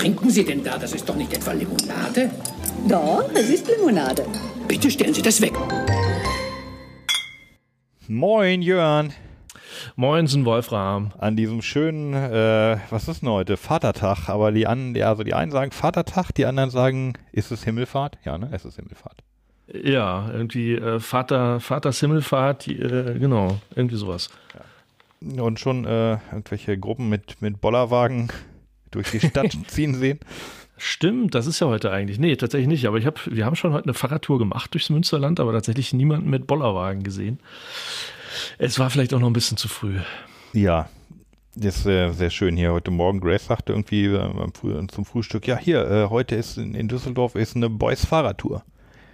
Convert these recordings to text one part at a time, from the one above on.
trinken Sie denn da? Das ist doch nicht etwa Limonade? Doch, es ist Limonade. Bitte stellen Sie das weg. Moin, Jörn. Moinsen, Wolfram. An diesem schönen, was ist denn heute? Vatertag. Aber die einen sagen Vatertag, die anderen sagen, ist es Himmelfahrt? Ja, ne? Es ist Himmelfahrt. Ja, irgendwie Vaters Himmelfahrt, genau, irgendwie sowas. Ja. Und schon irgendwelche Gruppen mit Bollerwagen durch die Stadt ziehen sehen. Stimmt, das ist ja heute eigentlich. Nee, tatsächlich nicht. Aber wir haben schon heute eine Fahrradtour gemacht durchs Münsterland, aber tatsächlich niemanden mit Bollerwagen gesehen. Es war vielleicht auch noch ein bisschen zu früh. Ja, das ist sehr schön hier. Heute Morgen, Grace sagte irgendwie zum Frühstück, ja hier, heute ist in Düsseldorf ist eine Boys-Fahrradtour.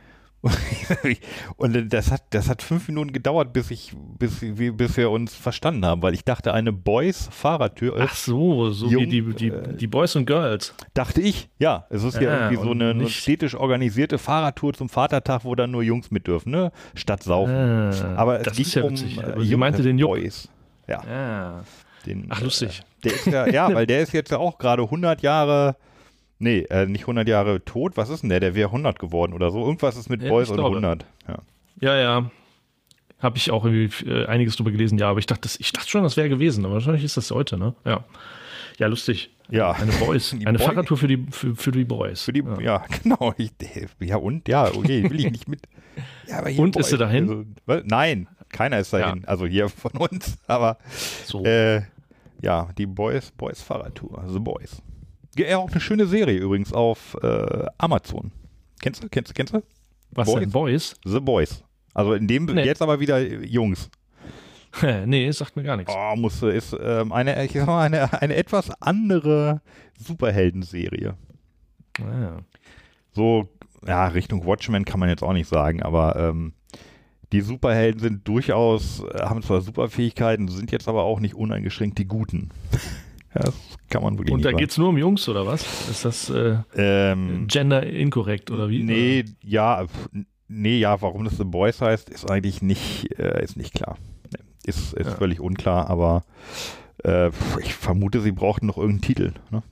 Und das hat 5 Minuten gedauert, bis wir uns verstanden haben, weil ich dachte, eine Boys-Fahrradtour ist. Ach so wie die Boys und Girls. Dachte ich, ja. Es ist ja irgendwie so eine städtisch organisierte Fahrradtour zum Vatertag, wo dann nur Jungs mit dürfen, ne? Statt saufen. Aber es ging um sie meinte den Boys. Ja. Ach, lustig. Der ist weil der ist jetzt ja auch gerade 100 Jahre. Nee, nicht 100 Jahre tot. Was ist denn der? Der wäre 100 geworden oder so. Irgendwas ist mit Boys und 100. Ja. Habe ich auch irgendwie einiges drüber gelesen. Ja, aber ich dachte schon, das wäre gewesen. Aber wahrscheinlich ist das heute, ne? Ja, lustig. Ja. Eine Fahrradtour für die Boys. Ja, genau. Okay, will ich nicht mit. Ja, aber hier und Boys, ist sie dahin? Also, nein, keiner ist dahin. Ja. Also hier von uns. Aber so. Die Boys-Fahrradtour. The Boys. Ja, auch eine schöne Serie übrigens auf Amazon. Kennst du? Was denn? Boys? The Boys. Also in dem jetzt aber wieder Jungs. Nee, sagt mir gar nichts. Ist eine etwas andere Superhelden-Serie. Ja. So, ja, Richtung Watchmen kann man jetzt auch nicht sagen, aber die Superhelden sind durchaus, haben zwar Superfähigkeiten, sind jetzt aber auch nicht uneingeschränkt die Guten. Ja, das kann man wirklich Und nicht da geht es nur um Jungs, oder was? Ist das gender inkorrekt, oder wie? Nee, warum das The Boys heißt, ist eigentlich nicht klar. Ist völlig unklar, aber ich vermute, sie brauchten noch irgendeinen Titel. Ne?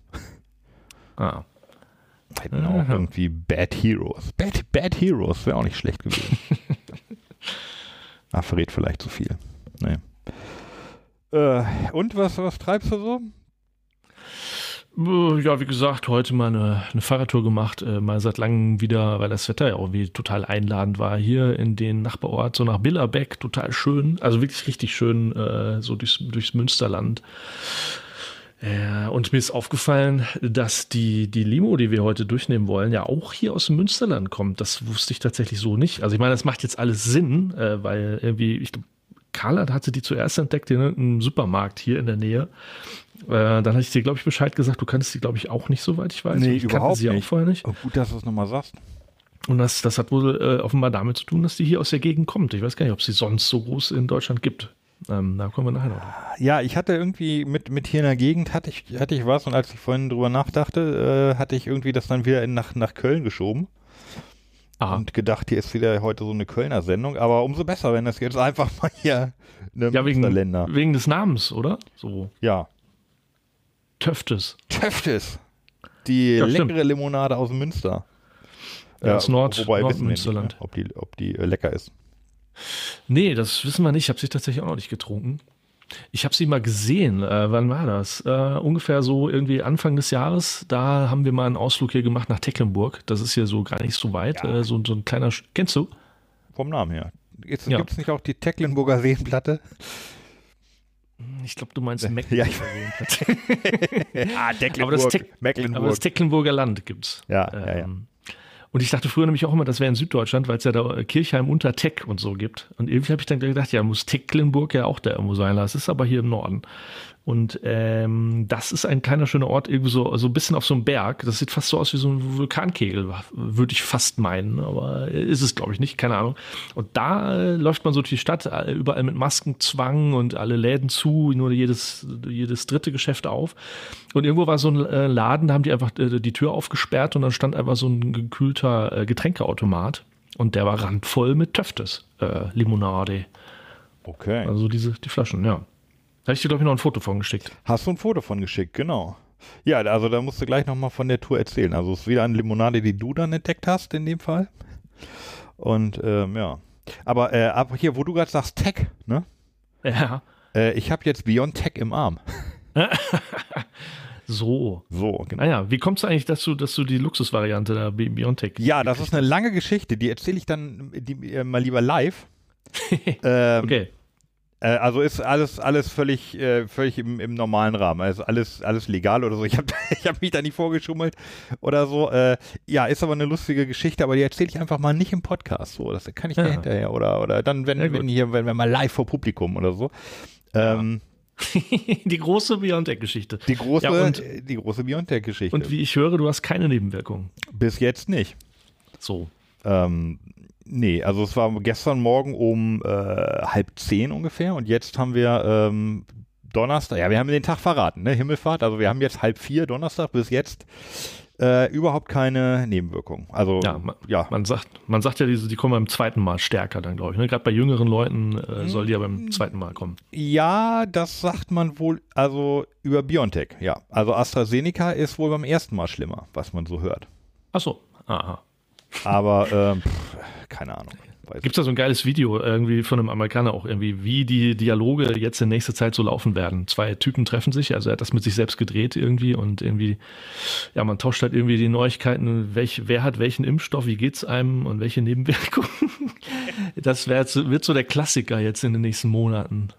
Hätten auch irgendwie Bad Heroes. Bad Heroes wäre auch nicht schlecht gewesen. Verrät vielleicht zu viel. Nee. Und was treibst du so? Ja, wie gesagt, heute mal eine Fahrradtour gemacht, mal seit langem wieder, weil das Wetter ja auch irgendwie total einladend war, hier in den Nachbarort, so nach Billerbeck, total schön, also wirklich richtig schön, so durchs Münsterland. Und mir ist aufgefallen, dass die Limo, die wir heute durchnehmen wollen, ja auch hier aus dem Münsterland kommt. Das wusste ich tatsächlich so nicht. Also ich meine, das macht jetzt alles Sinn, weil irgendwie, ich glaube, Carla hatte die zuerst entdeckt in einem Supermarkt hier in der Nähe. Dann hatte ich dir, glaube ich, Bescheid gesagt. Du kanntest die, glaube ich, auch nicht, soweit ich weiß. Nee, ich überhaupt sie nicht. Auch vorher nicht. Oh, gut, dass du es nochmal sagst. Und das hat wohl offenbar damit zu tun, dass die hier aus der Gegend kommt. Ich weiß gar nicht, ob es sie sonst so groß in Deutschland gibt. Da kommen wir nachher noch. Ja, ich hatte irgendwie mit hier in der Gegend hatte ich was, und als ich vorhin drüber nachdachte, hatte ich irgendwie das dann wieder nach Köln geschoben. Und gedacht, hier ist wieder heute so eine Kölner Sendung, aber umso besser, wenn das jetzt einfach mal hier eine Münsterländer. Wegen des Namens, oder? So. Ja. Töftes. Die leckere Limonade aus Münster. Ja, aus Nordmünsterland. Ob die lecker ist. Nee, das wissen wir nicht. Ich habe sie tatsächlich auch noch nicht getrunken. Ich habe sie mal gesehen. Wann war das? Ungefähr so irgendwie Anfang des Jahres. Da haben wir mal einen Ausflug hier gemacht nach Tecklenburg. Das ist hier so gar nicht so weit. Ja. So ein kleiner... Kennst du? Vom Namen her. Gibt es nicht auch die Tecklenburger Seenplatte? Ich glaube, du meinst Mecklenburger Seenplatte. Mecklenburg. Aber das Tecklenburger Land gibt's. Ja. Und ich dachte früher nämlich auch immer, das wäre in Süddeutschland, weil es ja da Kirchheim unter Teck und so gibt. Und irgendwie habe ich dann gedacht, ja, muss Tecklenburg ja auch da irgendwo sein. Das ist aber hier im Norden. Und das ist ein kleiner schöner Ort, irgendwie so ein bisschen auf so einem Berg. Das sieht fast so aus wie so ein Vulkankegel, würde ich fast meinen. Aber ist es, glaube ich, nicht, keine Ahnung. Und da läuft man so durch die Stadt, überall mit Maskenzwang und alle Läden zu, nur jedes dritte Geschäft auf. Und irgendwo war so ein Laden, da haben die einfach die Tür aufgesperrt und dann stand einfach so ein gekühlter Getränkeautomat. Und der war randvoll mit Töftes, Limonade. Okay. Also die Flaschen, ja. Da habe ich dir, glaube ich, noch ein Foto von geschickt. Hast du ein Foto von geschickt, genau. Ja, also da musst du gleich nochmal von der Tour erzählen. Also es ist wieder eine Limonade, die du dann entdeckt hast in dem Fall. Und ja. Aber ab hier, wo du gerade sagst Tech, ne? Ja. Ich habe jetzt BioNTech im Arm. So, genau. Naja, wie kommst du eigentlich dazu, dass du die Luxusvariante der BioNTech? Ja, das ist eine lange Geschichte, die erzähle ich dann mal lieber live. Okay. Also ist alles völlig im normalen Rahmen. Also alles legal oder so. Ich hab mich da nicht vorgeschummelt oder so. Ja, ist aber eine lustige Geschichte, aber die erzähle ich einfach mal nicht im Podcast. So, das kann ich dir hinterher oder dann, wenn wir mal live vor Publikum oder so. Die große BioNTech-Geschichte. Die große BioNTech-Geschichte. Und wie ich höre, du hast keine Nebenwirkungen. Bis jetzt nicht. So. Nee, also es war gestern Morgen um 9:30 ungefähr und jetzt haben wir Donnerstag, ja, wir haben den Tag verraten, ne, Himmelfahrt, also wir haben jetzt 3:30 Donnerstag, bis jetzt überhaupt keine Nebenwirkungen. Also, man sagt ja, die kommen beim zweiten Mal stärker dann, glaube ich, ne? Gerade bei jüngeren Leuten soll die ja beim zweiten Mal kommen. Ja, das sagt man wohl, also über BioNTech, ja. Also AstraZeneca ist wohl beim ersten Mal schlimmer, was man so hört. Ach so, aha. Aber, keine Ahnung. Gibt es da so ein geiles Video irgendwie von einem Amerikaner auch irgendwie, wie die Dialoge jetzt in nächster Zeit so laufen werden? 2 Typen treffen sich, also er hat das mit sich selbst gedreht irgendwie und irgendwie, ja, man tauscht halt irgendwie die Neuigkeiten, wer hat welchen Impfstoff, wie geht's einem und welche Nebenwirkungen. Das wird so der Klassiker jetzt in den nächsten Monaten.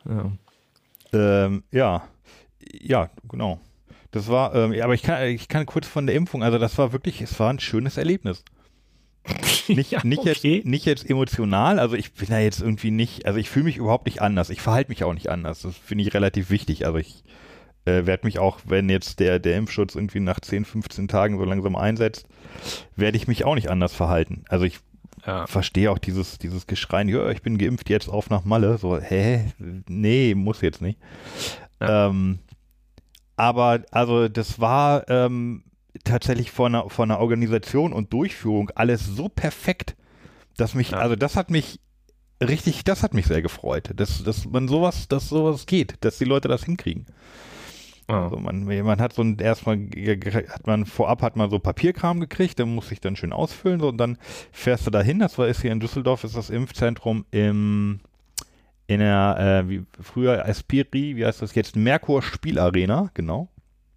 Ja, genau. Das war, aber ich kann kurz von der Impfung, also das war wirklich, es war ein schönes Erlebnis. Nicht jetzt emotional, also ich bin da jetzt irgendwie nicht, also ich fühle mich überhaupt nicht anders, ich verhalte mich auch nicht anders, das finde ich relativ wichtig, also ich werde mich auch, wenn jetzt der Impfschutz irgendwie nach 10, 15 Tagen so langsam einsetzt, werde ich mich auch nicht anders verhalten, also ich verstehe auch dieses Geschreien, ja, ich bin geimpft, jetzt auf nach Malle, so, nee, muss jetzt nicht. Ja. Aber, also das war tatsächlich von einer Organisation und Durchführung alles so perfekt, dass das hat mich sehr gefreut, dass sowas geht, dass die Leute das hinkriegen. Also man hat vorab so Papierkram gekriegt, den muss ich dann schön ausfüllen, so, und dann fährst du dahin, ist hier in Düsseldorf, ist das Impfzentrum in der, wie früher Aspiri, wie heißt das jetzt, Merkur Spielarena, genau.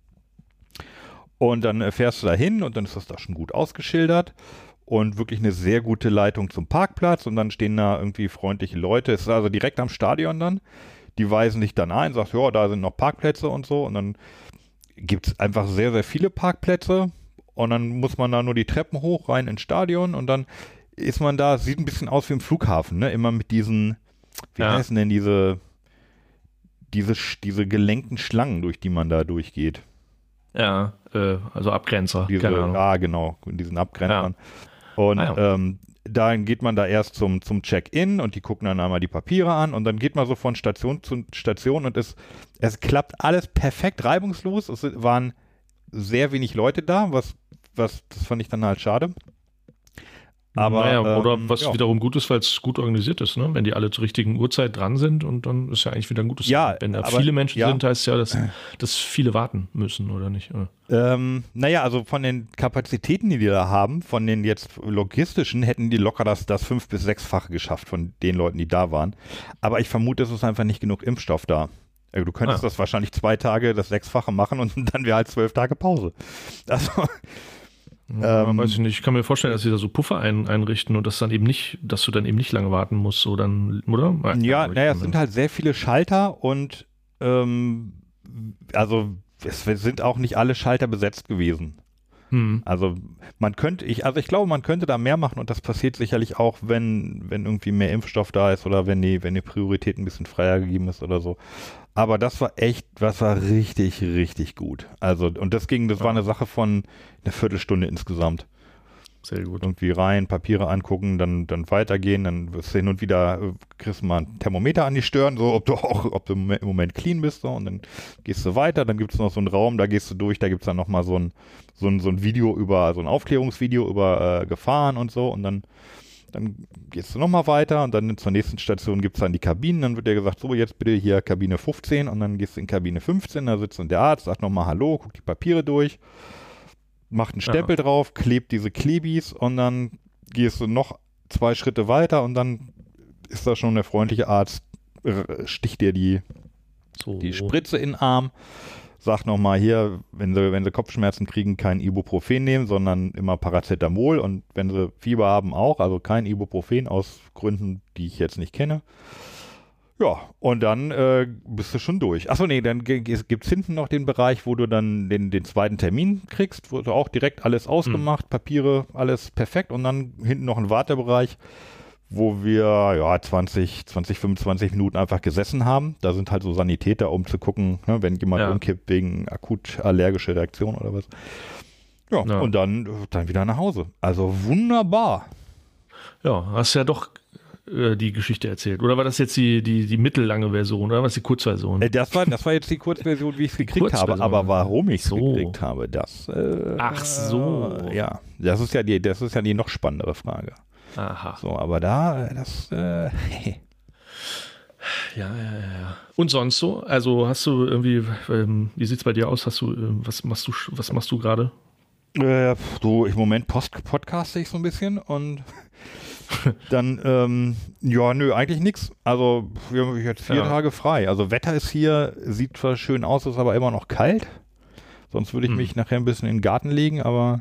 Und dann fährst du da hin und dann ist das da schon gut ausgeschildert und wirklich eine sehr gute Leitung zum Parkplatz und dann stehen da irgendwie freundliche Leute. Es ist also direkt am Stadion dann. Die weisen dich dann ein, sagst, ja, da sind noch Parkplätze und so. Und dann gibt es einfach sehr, sehr viele Parkplätze und dann muss man da nur die Treppen hoch rein ins Stadion und dann ist man da, sieht ein bisschen aus wie im Flughafen, ne? Immer mit diesen, wie heißen denn diese gelenkten Schlangen, durch die man da durchgeht. Ja, also Abgrenzer. Genau, in diesen Abgrenzern. Ja. Und dann geht man da erst zum Check-in und die gucken dann einmal die Papiere an und dann geht man so von Station zu Station und es klappt alles perfekt reibungslos. Es waren sehr wenig Leute da, das fand ich dann halt schade. Aber, oder was wiederum gut ist, weil es gut organisiert ist, ne? Wenn die alle zur richtigen Uhrzeit dran sind und dann ist ja eigentlich wieder ein gutes Zeichen. Wenn da viele Menschen sind, heißt es ja, dass viele warten müssen, oder nicht? Also von den Kapazitäten, die da haben, von den jetzt logistischen, hätten die locker das 5- bis 6-fache geschafft von den Leuten, die da waren. Aber ich vermute, es ist einfach nicht genug Impfstoff da. Also du könntest das wahrscheinlich 2 Tage das 6-fache machen und dann wäre halt 12 Tage Pause. Also weiß ich nicht. Ich kann mir vorstellen, dass sie da so Puffer einrichten und dass du dann eben nicht lange warten musst, so dann, oder? Es sind halt sehr viele Schalter und also es sind auch nicht alle Schalter besetzt gewesen. Also ich glaube, man könnte da mehr machen und das passiert sicherlich auch, wenn irgendwie mehr Impfstoff da ist oder wenn die Priorität ein bisschen freier gegeben ist oder so. Aber das war richtig, richtig gut. Also, und das war eine Sache von einer Viertelstunde insgesamt. Sehr gut. Irgendwie rein, Papiere angucken, dann weitergehen, dann wirst du hin und wieder, kriegst du mal ein Thermometer an die Stirn, so ob du im Moment clean bist, so, und dann gehst du weiter, dann gibt es noch so einen Raum, da gehst du durch, da gibt es dann nochmal so ein Video so ein Aufklärungsvideo über Gefahren und so, und dann Dann gehst du nochmal weiter und dann zur nächsten Station gibt es dann die Kabinen. Dann wird dir gesagt, so jetzt bitte hier Kabine 15 und dann gehst du in Kabine 15, da sitzt dann der Arzt, sagt nochmal Hallo, guckt die Papiere durch, macht einen Stempel drauf, klebt diese Klebis und dann gehst du noch 2 Schritte weiter und dann ist da schon der freundliche Arzt, sticht dir die Spritze in den Arm, sagt nochmal hier, wenn sie Kopfschmerzen kriegen, kein Ibuprofen nehmen, sondern immer Paracetamol und wenn sie Fieber haben auch, also kein Ibuprofen aus Gründen, die ich jetzt nicht kenne. Ja, und dann bist du schon durch. Achso, nee, dann gibt es hinten noch den Bereich, wo du dann den zweiten Termin kriegst, wo du auch direkt alles ausgemacht, Papiere, alles perfekt und dann hinten noch ein Wartebereich, wo wir 20, 25 Minuten einfach gesessen haben. Da sind halt so Sanitäter, um zu gucken, ne, wenn jemand umkippt wegen akut allergische Reaktion oder was. Ja, und dann wieder nach Hause. Also wunderbar. Ja, hast ja doch die Geschichte erzählt. Oder war das jetzt die mittellange Version oder war das die Kurzversion? Das war jetzt die Kurzversion, wie ich es gekriegt habe. Aber warum ich es gekriegt habe, das ach so. Ja, das ist ja die noch spannendere Frage. Aha. So, aber Ja. Und sonst so? Also hast du irgendwie, wie sieht's bei dir aus? Hast du, was machst du gerade? Im Moment podcaste ich so ein bisschen und dann, eigentlich nichts. Also wir haben jetzt 4 Tage frei. Also Wetter ist hier, sieht zwar schön aus, ist aber immer noch kalt. Sonst würde ich mich nachher ein bisschen in den Garten legen, aber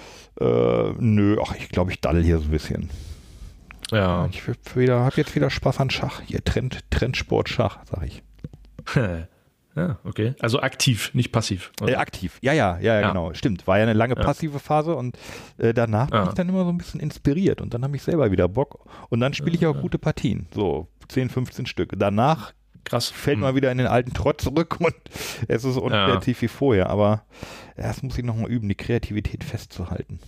ich glaube, ich daddel hier so ein bisschen. Ja. Ich habe jetzt wieder Spaß an Schach. Hier Trendsport Schach, sag ich. Ja, okay. Also aktiv, nicht passiv. Aktiv, ja, genau. Stimmt, war ja eine lange passive Phase und danach bin ich dann immer so ein bisschen inspiriert und dann habe ich selber wieder Bock und dann spiele ich auch gute Partien, so 10, 15 Stück. Danach fällt man wieder in den alten Trott zurück und es ist unkreativ wie vorher, aber das muss ich nochmal üben, die Kreativität festzuhalten.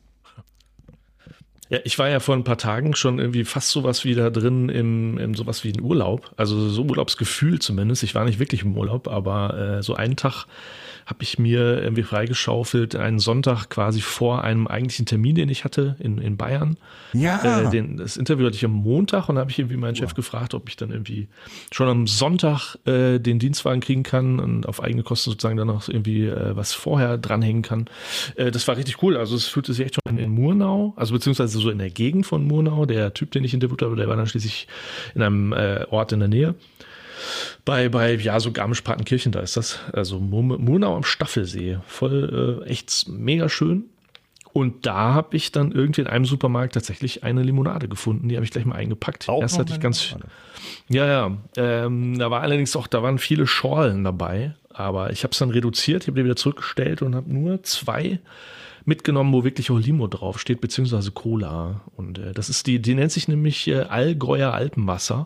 Ja, ich war ja vor ein paar Tagen schon irgendwie fast sowas wie da drin im sowas wie ein Urlaub, also so Urlaubsgefühl zumindest. Ich war nicht wirklich im Urlaub, aber so einen Tag habe ich mir irgendwie freigeschaufelt, einen Sonntag quasi vor einem eigentlichen Termin, den ich hatte in Bayern. Ja. Das Interview hatte ich am Montag und da habe ich irgendwie meinen Chef gefragt, ob ich dann irgendwie schon am Sonntag den Dienstwagen kriegen kann und auf eigene Kosten sozusagen dann noch irgendwie was vorher dranhängen kann. Das war richtig cool. Also es fühlte sich echt schon in Murnau, also beziehungsweise so in der Gegend von Murnau. Der Typ, den ich interviewt habe, der war dann schließlich in einem Ort in der Nähe. Bei so Garmisch-Partenkirchen, da ist das, also Murnau am Staffelsee, voll echt mega schön. Und da habe ich dann irgendwie in einem Supermarkt tatsächlich eine Limonade gefunden, die habe ich gleich mal eingepackt. Erst hatte ich da war allerdings auch, da waren viele Schorlen dabei, aber ich habe es dann reduziert, ich habe die wieder zurückgestellt und habe nur 2 mitgenommen, wo wirklich auch Limo draufsteht, beziehungsweise Cola. Und das ist die nennt sich nämlich Allgäuer Alpenwasser.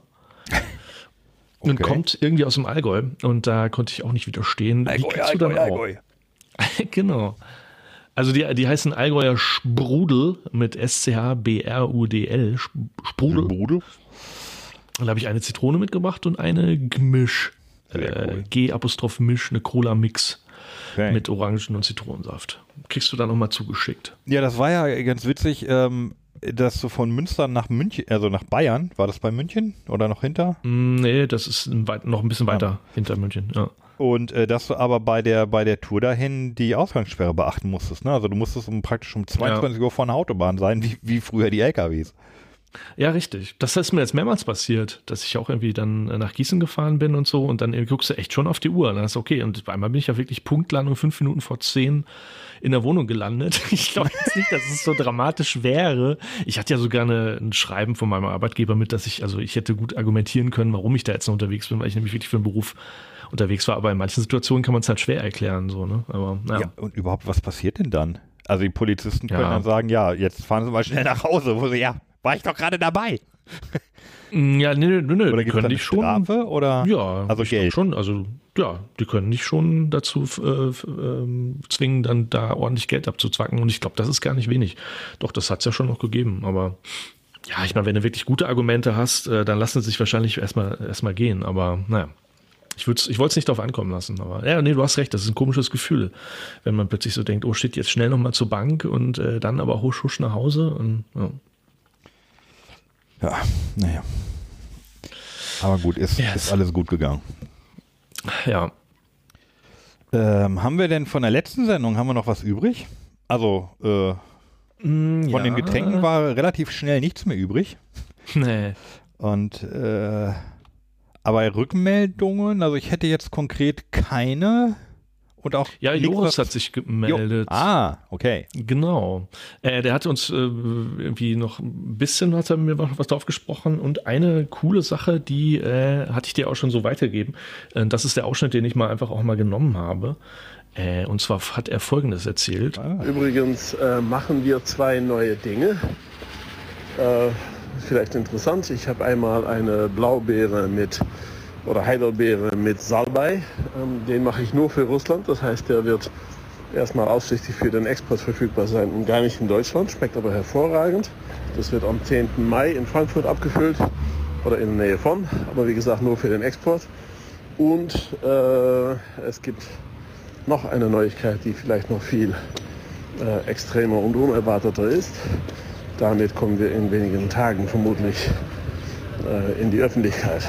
Und kommt irgendwie aus dem Allgäu. Und da konnte ich auch nicht widerstehen. Allgäu. Genau. Also die heißen Allgäuer Sprudel mit SCHBRUDL. Sprudel. Und da habe ich eine Zitrone mitgebracht und eine Gmisch. G-Misch, eine Cola-Mix mit Orangen- und Zitronensaft. Kriegst du da nochmal zugeschickt. Ja, das war ja ganz witzig, dass du von Münster nach München, also nach Bayern, war das bei München oder noch hinter? Nee, das ist noch ein bisschen weiter hinter München, ja. Und dass du aber bei der Tour dahin die Ausgangssperre beachten musstest, ne? Also du musstest praktisch um 22 Uhr vor der Autobahn sein, wie früher die LKWs. Ja, richtig. Das ist mir jetzt mehrmals passiert, dass ich auch irgendwie dann nach Gießen gefahren bin und so und dann guckst du echt schon auf die Uhr und dann ist okay. Und einmal bin ich ja wirklich Punktlandung 5 Minuten vor 10 in der Wohnung gelandet. Ich glaube jetzt nicht, dass es so dramatisch wäre. Ich hatte ja sogar ein Schreiben von meinem Arbeitgeber mit, dass ich hätte gut argumentieren können, warum ich da jetzt noch unterwegs bin, weil ich nämlich wirklich für den Beruf unterwegs war. Aber in manchen Situationen kann man es halt schwer erklären, so, ne? Aber, ja, und überhaupt, was passiert denn dann? Also die Polizisten können dann sagen, ja, jetzt fahren Sie mal schnell nach Hause, wo sie, war ich doch gerade dabei. Ja, nö. Oder gibt es eine Strafe oder? Ja, also Geld. Schon, also ja, die können dich schon dazu zwingen, dann da ordentlich Geld abzuzwacken. Und ich glaube, das ist gar nicht wenig. Doch, das hat es ja schon noch gegeben. Aber ja, ich meine, wenn du wirklich gute Argumente hast, dann lassen sie sich wahrscheinlich erstmal gehen. Aber naja, ich wollte es nicht darauf ankommen lassen. Aber ja, nee, du hast recht, das ist ein komisches Gefühl, wenn man plötzlich so denkt, oh shit, jetzt schnell nochmal zur Bank und dann aber husch nach Hause. Und, ja. Ja, naja. Aber gut, ist alles gut gegangen. Ja. Haben wir denn von der letzten Sendung, haben wir noch was übrig? Also, von den Getränken war relativ schnell nichts mehr übrig. Nee. Und, aber Rückmeldungen, also ich hätte jetzt konkret keine. Und auch Joris hat sich gemeldet. Okay. Genau. Der hat uns irgendwie noch ein bisschen, hat er mir noch was drauf gesprochen. Und eine coole Sache, die hatte ich dir auch schon so weitergegeben. Das ist der Ausschnitt, den ich mal einfach auch mal genommen habe. Und zwar hat er Folgendes erzählt. Übrigens machen wir 2 neue Dinge. Vielleicht interessant. Ich habe einmal eine Blaubeere oder Heidelbeere mit Salbei. Den mache ich nur für Russland. Das heißt, der wird erstmal ausschließlich für den Export verfügbar sein und gar nicht in Deutschland. Schmeckt aber hervorragend. Das wird am 10. Mai in Frankfurt abgefüllt oder in der Nähe von. Aber wie gesagt, nur für den Export. Und es gibt noch eine Neuigkeit, die vielleicht noch viel extremer und unerwarteter ist. Damit kommen wir in wenigen Tagen vermutlich in die Öffentlichkeit.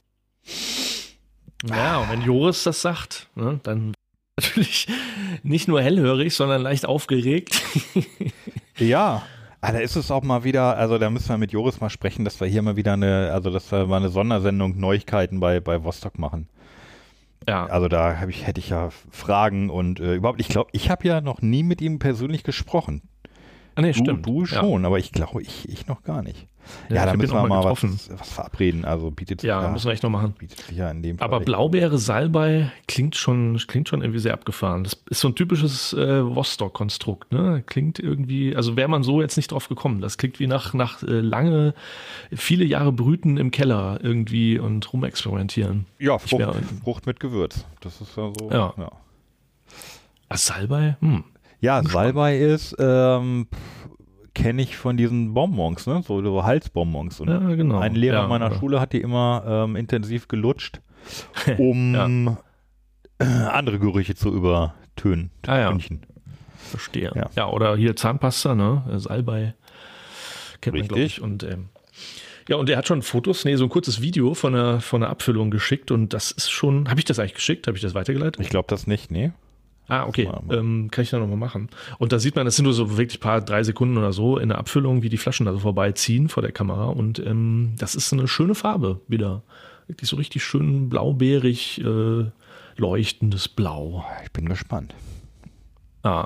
Ja, und wenn Joris das sagt, ne, dann natürlich nicht nur hellhörig, sondern leicht aufgeregt. Ja, da ist es auch mal wieder, also da müssen wir mit Joris mal sprechen, dass wir hier mal wieder dass wir mal eine Sondersendung Neuigkeiten bei Vostok machen. Ja. Also da hätte ich ja Fragen und überhaupt, ich glaube, ich habe ja noch nie mit ihm persönlich gesprochen. Nee, stimmt. Du schon, aber ich glaube, ich noch gar nicht. Ja, da müssen wir mal was verabreden. Also bietet sich müssen wir echt noch machen. Bietet sich ja in dem Fall. Aber Blaubeere, Salbei klingt schon irgendwie sehr abgefahren. Das ist so ein typisches Vostok-Konstrukt, ne? Klingt irgendwie, also wäre man so jetzt nicht drauf gekommen. Das klingt wie nach viele Jahre Brüten im Keller irgendwie und rumexperimentieren. Ja, Frucht mit Gewürz. Das ist ja so. Ja. Salbei? Ja, Salbei ist, kenne ich von diesen Bonbons, ne? So Halsbonbons. Und genau. ein Lehrer meiner Schule hat die immer intensiv gelutscht, um andere Gerüche zu übertönen. Verstehe. Ja, oder hier Zahnpasta, ne? Salbei kennt man, glaube ich. Und und er hat schon Fotos, so ein kurzes Video von einer Abfüllung geschickt und das ist schon, habe ich das eigentlich geschickt? Habe ich das weitergeleitet? Ich glaube das nicht, nee. Okay. Kann ich dann nochmal machen. Und da sieht man, das sind nur so wirklich 3 Sekunden oder so in der Abfüllung, wie die Flaschen da so vorbeiziehen vor der Kamera. Und das ist eine schöne Farbe wieder. Wirklich so richtig schön blaubeerig leuchtendes Blau. Ich bin gespannt. Aber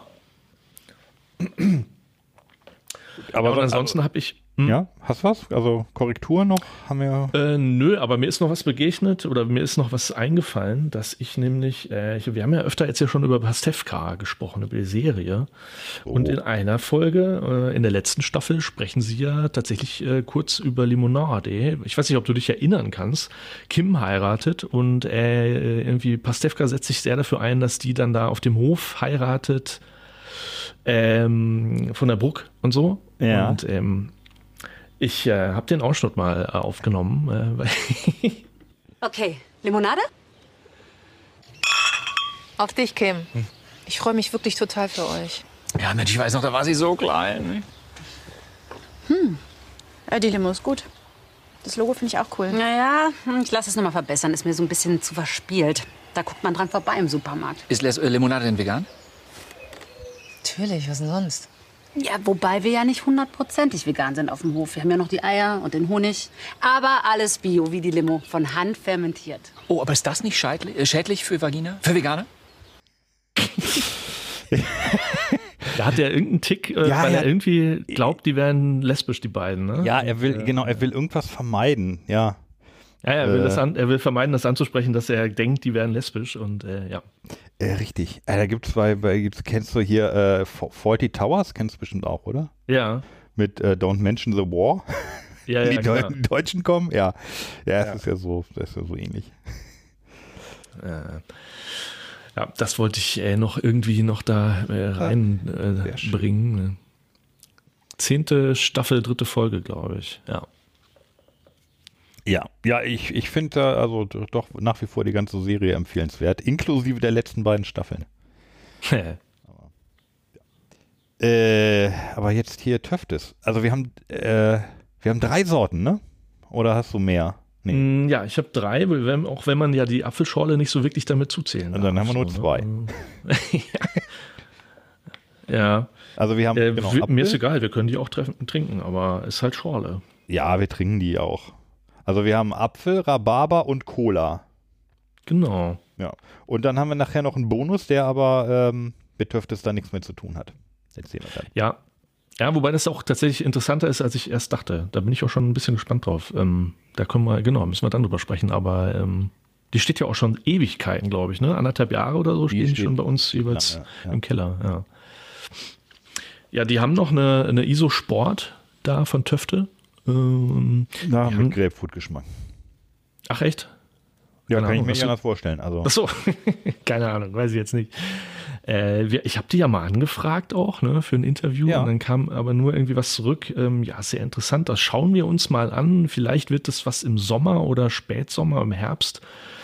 und ansonsten habe ich... Ja, hast du was? Also Korrektur noch? Haben wir? Nö, aber mir ist noch was begegnet oder mir ist noch was eingefallen, dass ich nämlich, wir haben ja öfter jetzt ja schon über Pastewka gesprochen, über die Serie. Und in einer Folge, in der letzten Staffel, sprechen sie ja tatsächlich kurz über Limonade. Ich weiß nicht, ob du dich erinnern kannst. Kim heiratet und irgendwie Pastewka setzt sich sehr dafür ein, dass die dann da auf dem Hof heiratet von der Bruck und so. Ja. Und ich habe den Ausschnitt mal aufgenommen. Okay, Limonade? Auf dich, Kim. Ich freue mich wirklich total für euch. Ja, Mensch, ich weiß noch, da war sie so klein. Die Limo ist gut. Das Logo finde ich auch cool. Naja, ich lasse es nochmal verbessern. Ist mir so ein bisschen zu verspielt. Da guckt man dran vorbei im Supermarkt. Ist Limonade denn vegan? Natürlich, was denn sonst? Ja, wobei wir ja nicht 100%ig vegan sind auf dem Hof. Wir haben ja noch die Eier und den Honig. Aber alles Bio, wie die Limo, von Hand fermentiert. Oh, aber ist das nicht schädlich für Vagina? Für Veganer? Da hat er irgendeinen Tick, weil er irgendwie glaubt, die wären lesbisch, die beiden. Ne? Ja, er will irgendwas vermeiden, ja. Ja, er will vermeiden, das anzusprechen, dass er denkt, die wären lesbisch und ja. Richtig. Da gibt's kennst du hier Fawlty Towers, kennst du bestimmt auch, oder? Ja. Mit Don't Mention the War. Ja, die genau. Deutschen kommen, ja. Das ist ja so ähnlich. Ja, das wollte ich noch irgendwie da reinbringen. 10. Staffel, 3. Folge, glaube ich, ja. Ja, ich finde also doch nach wie vor die ganze Serie empfehlenswert, inklusive der letzten beiden Staffeln. Aber jetzt hier Töftes. Also wir haben Wir haben 3 Sorten, ne? Oder hast du mehr? Nee. Ja, ich habe 3, auch wenn man ja die Apfelschorle nicht so wirklich damit zuzählen darf. Und dann haben wir nur 2. Ne? Ja. Also wir haben mir ist egal, wir können die auch trinken, aber es ist halt Schorle. Ja, wir trinken die auch. Also wir haben Apfel, Rhabarber und Cola. Genau. Ja. Und dann haben wir nachher noch einen Bonus, der aber mit Töftes da nichts mehr zu tun hat. Erzähl mal dann. Ja. Ja, wobei das auch tatsächlich interessanter ist, als ich erst dachte. Da bin ich auch schon ein bisschen gespannt drauf. Da müssen wir dann drüber sprechen, aber die steht ja auch schon Ewigkeiten, glaube ich, ne? 1,5 Jahre oder so stehen die schon bei uns jeweils im Keller, ja. Ja, die haben noch eine ISO-Sport da von Töfte. Mit Grapefruit-Geschmack. Ach, echt? Ja, kann ich mir nicht anders vorstellen. Also. Ach so, keine Ahnung, weiß ich jetzt nicht. Ich habe die ja mal angefragt auch, ne, für ein Interview, und dann kam aber nur irgendwie was zurück. Ja, sehr interessant, das schauen wir uns mal an. Vielleicht wird das was im Sommer oder Spätsommer, im Herbst.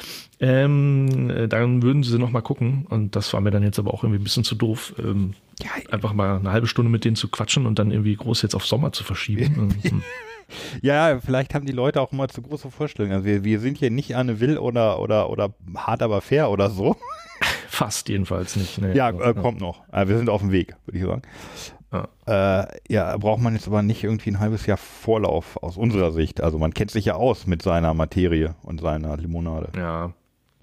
Dann würden sie noch mal gucken, und das war mir dann jetzt aber auch irgendwie ein bisschen zu doof, einfach mal eine halbe Stunde mit denen zu quatschen und dann irgendwie groß jetzt auf Sommer zu verschieben. Ja, vielleicht haben die Leute auch immer zu große Vorstellungen. Also wir sind hier nicht Anne Will oder hart aber fair oder so. Fast jedenfalls nicht. Nee, ja, kommt noch. Wir sind auf dem Weg, würde ich sagen. Braucht man jetzt aber nicht irgendwie ein halbes Jahr Vorlauf aus unserer Sicht. Also man kennt sich ja aus mit seiner Materie und seiner Limonade. Ja.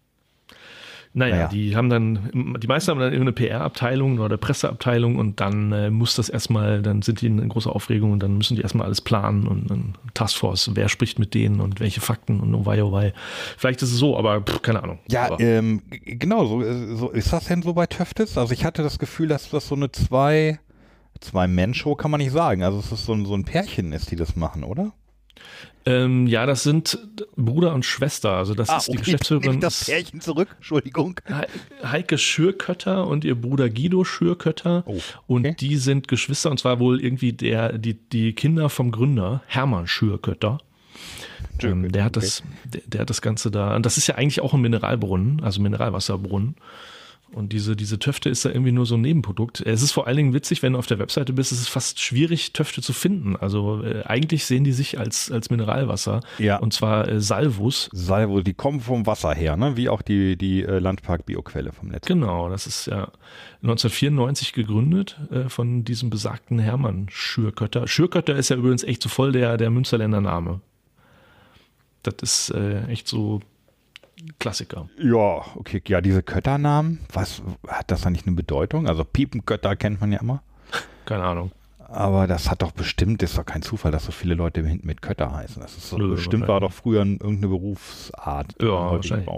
Naja, die meisten haben dann irgendeine PR-Abteilung oder Presseabteilung, und dann muss das erstmal, dann sind die in großer Aufregung und dann müssen die erstmal alles planen und eine Taskforce, wer spricht mit denen und welche Fakten und oh wei. Vielleicht ist es so, aber keine Ahnung. Ja, genau, so ist das denn so bei Töftes? Also ich hatte das Gefühl, dass das so eine Zwei-Man-Show kann man nicht sagen. Also es ist so ein Pärchen ist, die das machen, oder? Ja, das sind Bruder und Schwester. Also das ist die Geschäftsführerin. Nehme das Pärchen zurück, Entschuldigung. Heike Schürkötter und ihr Bruder Guido Schürkötter. Oh, okay. Und die sind Geschwister, und zwar wohl irgendwie die Kinder vom Gründer, Hermann Schürkötter. Der hat das Ganze da. Und das ist ja eigentlich auch ein Mineralbrunnen, also Mineralwasserbrunnen. Und diese Töfte ist da irgendwie nur so ein Nebenprodukt. Es ist vor allen Dingen witzig, wenn du auf der Webseite bist, es ist fast schwierig, Töfte zu finden. Also eigentlich sehen die sich als Mineralwasser. Ja. Und zwar Salvus. Salvus, die kommen vom Wasser her, ne? Wie auch die Landpark-Bioquelle vom Netz. Genau, das ist ja 1994 gegründet von diesem besagten Hermann Schürkötter. Schürkötter ist ja übrigens echt so voll der Münsterländer Name. Das ist echt so Klassiker. Ja, okay. Ja, diese Kötternamen, was hat das eigentlich eine Bedeutung? Also Piepenkötter kennt man ja immer. Keine Ahnung. Aber das hat doch bestimmt, ist doch kein Zufall, dass so viele Leute hinten mit Kötter heißen. Das ist so, bestimmt war doch früher irgendeine Berufsart. Ja, wahrscheinlich.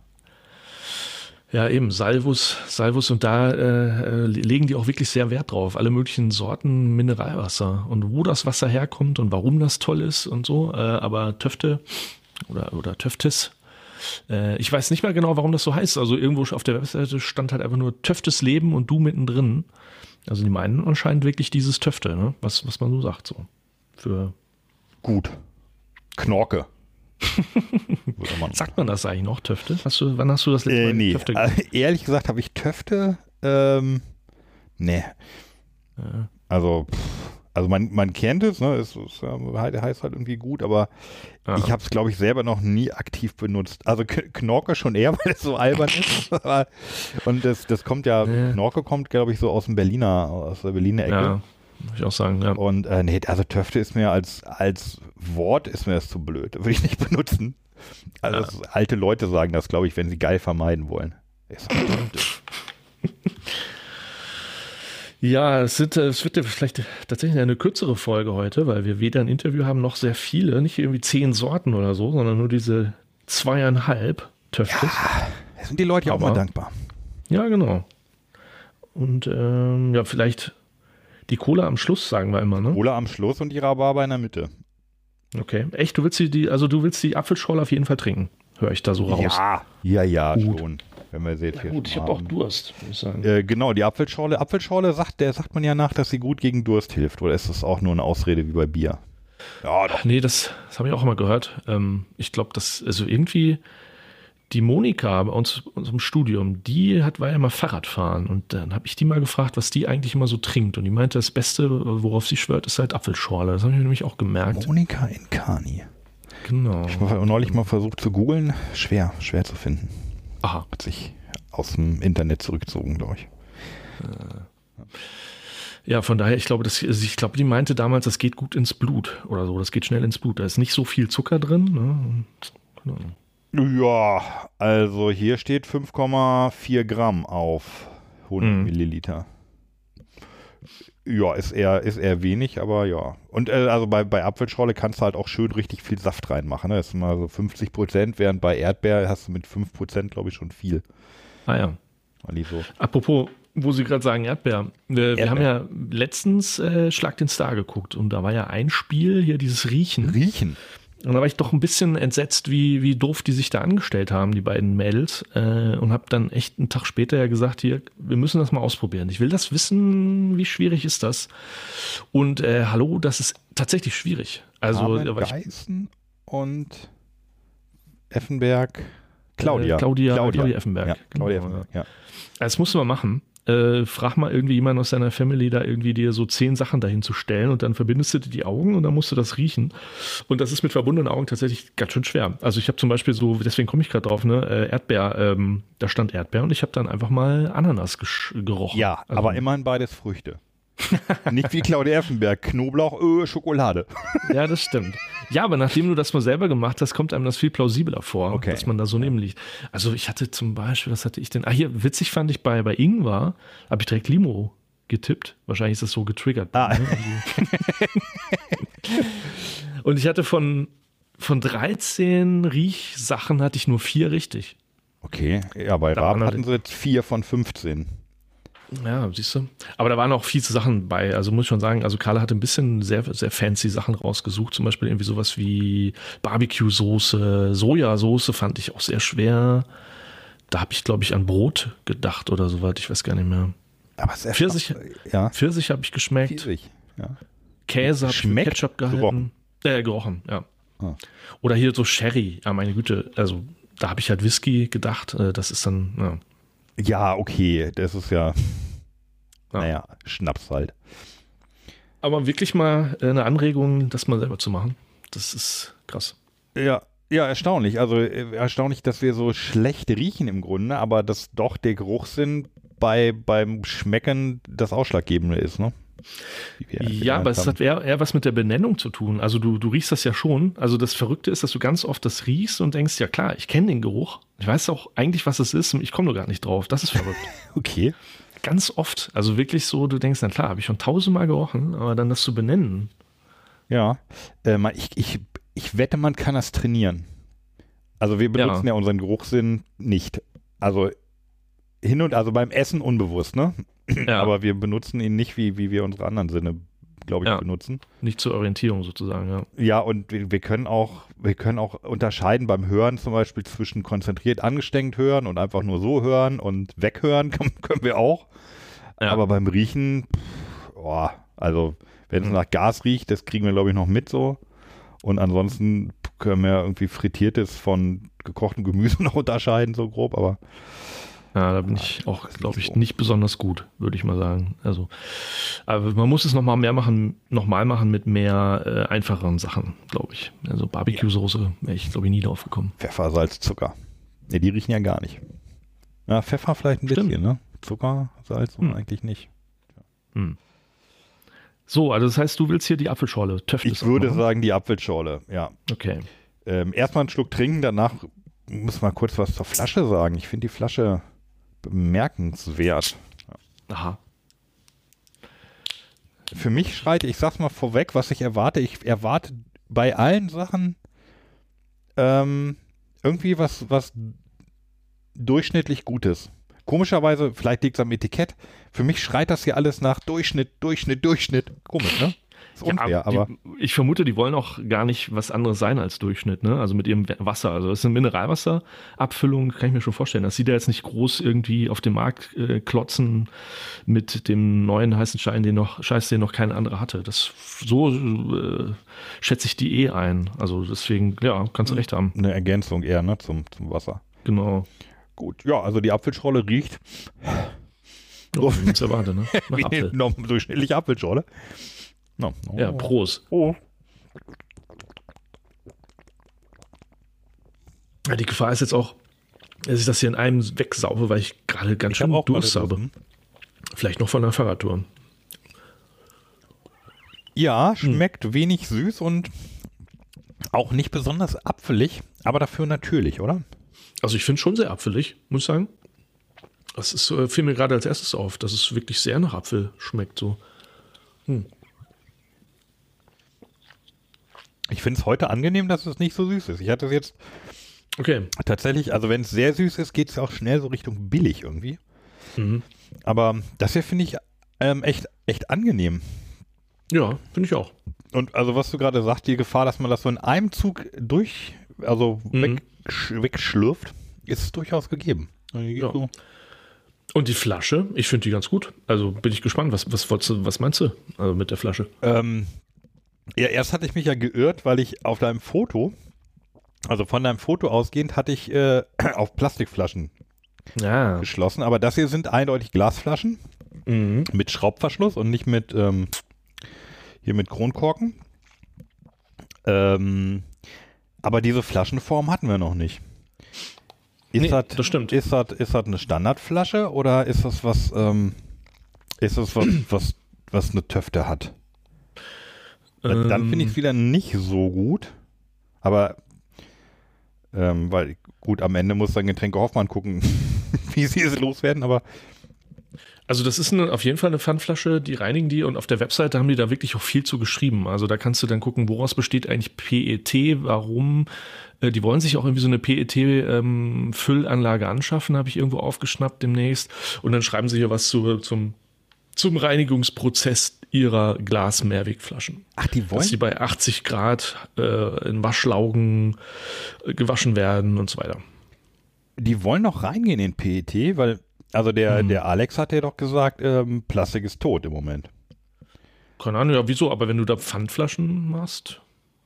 Ja, eben, Salvus, und da legen die auch wirklich sehr Wert drauf. Alle möglichen Sorten Mineralwasser und wo das Wasser herkommt und warum das toll ist und so. Aber Töfte oder Töftes, ich weiß nicht mehr genau, warum das so heißt. Also irgendwo auf der Webseite stand halt einfach nur Töftes Leben und du mittendrin. Also die meinen anscheinend wirklich dieses Töfte, ne? Was man so sagt. So. Für gut. Knorke. Sagt man das eigentlich noch, Töfte? Wann hast du das letzte Mal Töfte gesehen? Ehrlich gesagt habe ich Töfte, nee. Also man kennt es, ne? Es heißt halt irgendwie gut, aber ich habe es, glaube ich, selber noch nie aktiv benutzt. Also Knorke schon eher, weil es so albern ist. Und das kommt ja, Knorke kommt, glaube ich, so aus der Berliner Ecke. Ja, würde ich auch sagen, ja. Und also Töfte ist mir als Wort ist mir das zu blöd. Würde ich nicht benutzen. Also alte Leute sagen das, glaube ich, wenn sie geil vermeiden wollen. Ja, es wird vielleicht tatsächlich eine kürzere Folge heute, weil wir weder ein Interview haben noch sehr viele, nicht irgendwie 10 Sorten oder so, sondern nur diese 2,5 Töftes. Ja, da sind die Leute ja auch mal dankbar. Ja, genau. Und vielleicht die Cola am Schluss, sagen wir immer, ne? Cola am Schluss und die Rhabarber in der Mitte. Okay. Echt, du willst die Apfelschorle auf jeden Fall trinken, höre ich da so raus. Ja, schon. Wenn wir sehen, gut, ich habe auch Durst, muss ich sagen. Genau, die Apfelschorle sagt man ja nach, dass sie gut gegen Durst hilft. Oder ist das auch nur eine Ausrede wie bei Bier? Ja, doch. Nee, das habe ich auch immer gehört. Ich glaube, dass, also irgendwie, die Monika bei uns im Studium, war ja mal Fahrradfahren und dann habe ich die mal gefragt, was die eigentlich immer so trinkt und die meinte, das Beste, worauf sie schwört, ist halt Apfelschorle. Das habe ich mir nämlich auch gemerkt. Monika Incani. Genau. Ich habe neulich mal versucht zu googeln. Schwer zu finden. Aha. Hat sich aus dem Internet zurückgezogen, glaube ich. Ja, von daher, ich glaube, die meinte damals, das geht gut ins Blut oder so. Das geht schnell ins Blut. Da ist nicht so viel Zucker drin. Ne? Und, ja, also hier steht 5,4 Gramm auf 100 Milliliter. Ja, ist eher wenig, aber ja. Und also bei Apfelschorle kannst du halt auch schön richtig viel Saft reinmachen. Ne? Das ist mal so 50%, während bei Erdbeer hast du mit 5%, glaube ich, schon viel. Ah ja. So. Apropos, wo Sie gerade sagen Erdbeer. Wir haben ja letztens Schlag den Star geguckt und da war ja ein Spiel, hier dieses Riechen. Und da war ich doch ein bisschen entsetzt, wie doof die sich da angestellt haben, die beiden Mädels. Und habe dann echt einen Tag später ja gesagt, hier, wir müssen das mal ausprobieren. Ich will das wissen, wie schwierig ist das? Und hallo, das ist tatsächlich schwierig. Also Geißen und Effenberg. Claudia Effenberg. Ja, Claudia Effenberg, ja. Das musst du mal machen. Frag mal irgendwie jemanden aus deiner Family, da irgendwie dir so 10 Sachen dahin zu stellen und dann verbindest du dir die Augen und dann musst du das riechen. Und das ist mit verbundenen Augen tatsächlich ganz schön schwer. Also ich habe zum Beispiel so, deswegen komme ich gerade drauf, ne, Erdbeer, da stand Erdbeer und ich habe dann einfach mal Ananas gerochen. Ja, also, aber immerhin beides Früchte. Nicht wie Claudia Effenberg, Knoblauch, Schokolade. Ja, das stimmt. Ja, aber nachdem du das mal selber gemacht hast, kommt einem das viel plausibler vor, dass man da so neben liegt. Also ich hatte zum Beispiel, was hatte ich denn? Hier, witzig fand ich bei Ingwer, habe ich direkt Limo getippt. Wahrscheinlich ist das so getriggert. Ne? Und ich hatte von 13 Riechsachen hatte ich nur 4 richtig. Okay, ja, bei Raab hatten sie jetzt 4 von 15. Ja, siehst du. Aber da waren auch viele Sachen bei. Also muss ich schon sagen, also Carla hat ein bisschen sehr, sehr fancy Sachen rausgesucht. Zum Beispiel irgendwie sowas wie Barbecue-Soße, Sojasauce fand ich auch sehr schwer. Da habe ich, glaube ich, an Brot gedacht oder so weit. Ich weiß gar nicht mehr. Aber sehr Pfirsich habe ich geschmeckt. Pfirsich, ja. Käse habe ich mit Ketchup gehalten. Gerochen, ja. Ah. Oder hier so Sherry. Ja, meine Güte. Also da habe ich halt Whisky gedacht. Das ist dann, ja. Ja, okay, das ist ja, naja, Schnaps halt. Aber wirklich mal eine Anregung, das mal selber zu machen, das ist krass. Ja, erstaunlich. Also erstaunlich, dass wir so schlecht riechen im Grunde, aber dass doch der Geruchssinn beim Schmecken das Ausschlaggebende ist, ne? Ja, aber es hat eher was mit der Benennung zu tun. Also du riechst das ja schon. Also das Verrückte ist, dass du ganz oft das riechst und denkst, ja klar, ich kenne den Geruch. Ich weiß auch eigentlich, was es ist und ich komme nur gar nicht drauf. Das ist verrückt. Okay. Ganz oft. Also wirklich so, du denkst, na klar, habe ich schon 1000-mal gerochen, aber dann das zu benennen. Ja, ich wette, man kann das trainieren. Also wir benutzen ja unseren Geruchssinn nicht. Also beim Essen unbewusst, ne? Ja. Aber wir benutzen ihn nicht, wie wir unsere anderen Sinne, glaube ich, benutzen. Nicht zur Orientierung sozusagen, ja. Ja, und wir können auch unterscheiden beim Hören zum Beispiel zwischen konzentriert angestrengt hören und einfach nur so hören und weghören können wir auch. Ja. Aber beim Riechen, also wenn es nach Gas riecht, das kriegen wir, glaube ich, noch mit so. Und ansonsten können wir irgendwie Frittiertes von gekochtem Gemüse noch unterscheiden, so grob, aber ja, da bin ich auch, glaube ich, nicht besonders gut, würde ich mal sagen. Also, aber man muss es nochmal machen mit mehr einfacheren Sachen, glaube ich. Also Barbecue-Soße wäre ich, glaube ich, nie drauf gekommen. Pfeffer, Salz, Zucker. Ne, die riechen ja gar nicht. Ja, Pfeffer vielleicht ein bisschen, ne? Zucker, Salz eigentlich nicht. Ja. So, also das heißt, du willst hier die Apfelschorle. Ich würde sagen, die Apfelschorle, ja. Okay. Erstmal einen Schluck trinken, danach muss man kurz was zur Flasche sagen. Ich finde die Flasche bemerkenswert. Aha. Für mich schreit, ich sag's mal vorweg, was ich erwarte. Ich erwarte bei allen Sachen irgendwie was durchschnittlich Gutes. Komischerweise, vielleicht liegt es am Etikett, für mich schreit das hier alles nach Durchschnitt. Komisch, ne? Ist unfair, aber ich vermute, die wollen auch gar nicht was anderes sein als Durchschnitt, ne? Also mit ihrem Wasser. Also das ist eine Mineralwasserabfüllung, kann ich mir schon vorstellen. Das sieht ja jetzt nicht groß irgendwie auf dem Markt klotzen mit dem neuen heißen Scheiß, den noch kein anderer hatte. So schätze ich die ein. Also deswegen, ja, kannst du recht haben. Eine Ergänzung eher, ne, zum Wasser. Genau. Gut, ja, also die Apfelschorle riecht Oh, wie man es erwartet, ne? Nach wie Apfel. eine durchschnittliche Apfelschorle. No. Oh. Ja, Prost. Oh. Ja, die Gefahr ist jetzt auch, dass ich das hier in einem wegsaufe, weil ich gerade ganz schön Durst habe. Vielleicht noch von der Fahrradtour. Ja, schmeckt wenig süß und auch nicht besonders apfelig, aber dafür natürlich, oder? Also ich finde es schon sehr apfelig, muss ich sagen. Das ist, fiel mir gerade als erstes auf, dass es wirklich sehr nach Apfel schmeckt. So. Ich finde es heute angenehm, dass es nicht so süß ist. Ich hatte es jetzt tatsächlich, also wenn es sehr süß ist, geht es auch schnell so Richtung billig irgendwie. Aber das hier finde ich echt angenehm. Ja, finde ich auch. Und also was du gerade sagst, die Gefahr, dass man das so in einem Zug wegschlürft, ist durchaus gegeben. Ja. Und die Flasche, ich finde die ganz gut. Also bin ich gespannt, was meinst du mit der Flasche? Ja, erst hatte ich mich ja geirrt, weil ich auf deinem Foto, also von deinem Foto ausgehend, hatte ich auf Plastikflaschen geschlossen. Aber das hier sind eindeutig Glasflaschen mit Schraubverschluss und nicht mit hier mit Kronkorken. Aber diese Flaschenform hatten wir noch nicht. Das stimmt. Ist das eine Standardflasche oder ist das was eine Töfte hat? Dann finde ich es wieder nicht so gut. Aber weil gut, am Ende muss dann Getränke Hoffmann gucken, wie sie es loswerden, aber also das ist auf jeden Fall eine Pfandflasche, die reinigen die und auf der Webseite haben die da wirklich auch viel zu geschrieben. Also da kannst du dann gucken, woraus besteht eigentlich PET, warum. Die wollen sich auch irgendwie so eine PET-Füllanlage anschaffen, habe ich irgendwo aufgeschnappt demnächst. Und dann schreiben sie hier was zum Reinigungsprozess ihrer Glas-Mehrwegflaschen. Ach, die wollen? Dass die bei 80 Grad in Waschlaugen gewaschen werden und so weiter. Die wollen noch reingehen in PET, weil also der Alex hat ja doch gesagt, Plastik ist tot im Moment. Keine Ahnung, ja, wieso? Aber wenn du da Pfandflaschen machst?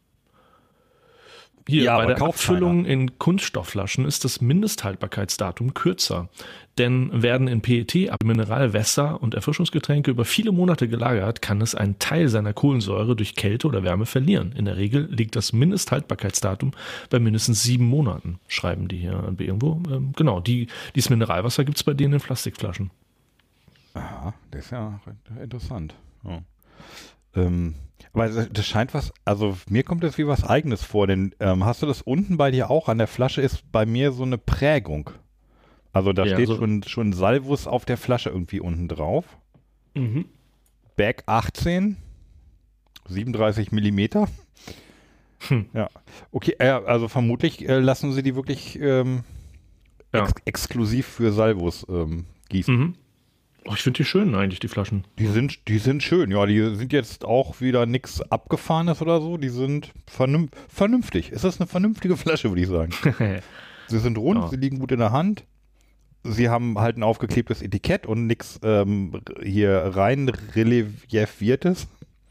Hier, ja, bei der Abfüllung in Kunststoffflaschen ist das Mindesthaltbarkeitsdatum kürzer. Denn werden in PET Mineralwässer und Erfrischungsgetränke über viele Monate gelagert, kann es einen Teil seiner Kohlensäure durch Kälte oder Wärme verlieren. In der Regel liegt das Mindesthaltbarkeitsdatum bei mindestens 7 Monaten, schreiben die hier irgendwo. Genau, dieses Mineralwasser gibt es bei denen in Plastikflaschen. Aha, das ist ja interessant. Ja. Aber das scheint was, also mir kommt das wie was Eigenes vor, denn hast du das unten bei dir auch? An der Flasche ist bei mir so eine Prägung. Also da steht schon Salvus auf der Flasche irgendwie unten drauf. Bag 18, 37 Millimeter. Ja, okay, also vermutlich lassen sie die wirklich exklusiv für Salvus gießen. Oh, ich finde die schön eigentlich, die Flaschen. Die sind schön, ja, die sind jetzt auch wieder nichts Abgefahrenes oder so, die sind vernünftig. Ist das eine vernünftige Flasche, würde ich sagen. Sie sind rund, sie liegen gut in der Hand, sie haben halt ein aufgeklebtes Etikett und nichts hier rein reliefiertes.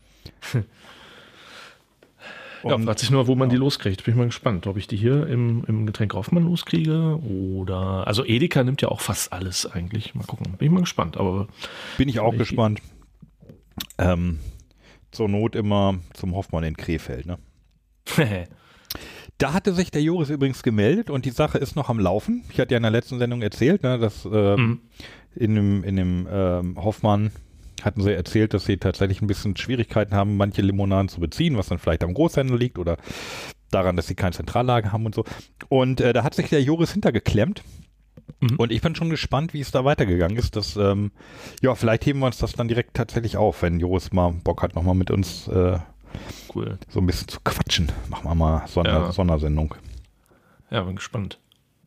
Ja, fragt sich nur, wo man die loskriegt. Bin ich mal gespannt, ob ich die hier im Getränk Hoffmann loskriege oder, also Edeka nimmt ja auch fast alles eigentlich. Mal gucken, bin ich mal gespannt. Aber bin ich auch gespannt. Zur Not immer zum Hoffmann in Krefeld, ne? Da hatte sich der Joris übrigens gemeldet und die Sache ist noch am Laufen. Ich hatte ja in der letzten Sendung erzählt, ne, dass in dem Hoffmann hatten sie erzählt, dass sie tatsächlich ein bisschen Schwierigkeiten haben, manche Limonaden zu beziehen, was dann vielleicht am Großhändler liegt oder daran, dass sie kein Zentrallager haben und so. Und da hat sich der Joris hintergeklemmt. Und ich bin schon gespannt, wie es da weitergegangen ist. Dass, vielleicht heben wir uns das dann direkt tatsächlich auf, wenn Joris mal Bock hat, nochmal mit uns so ein bisschen zu quatschen. Machen wir mal Sondersendung. Ja, bin gespannt.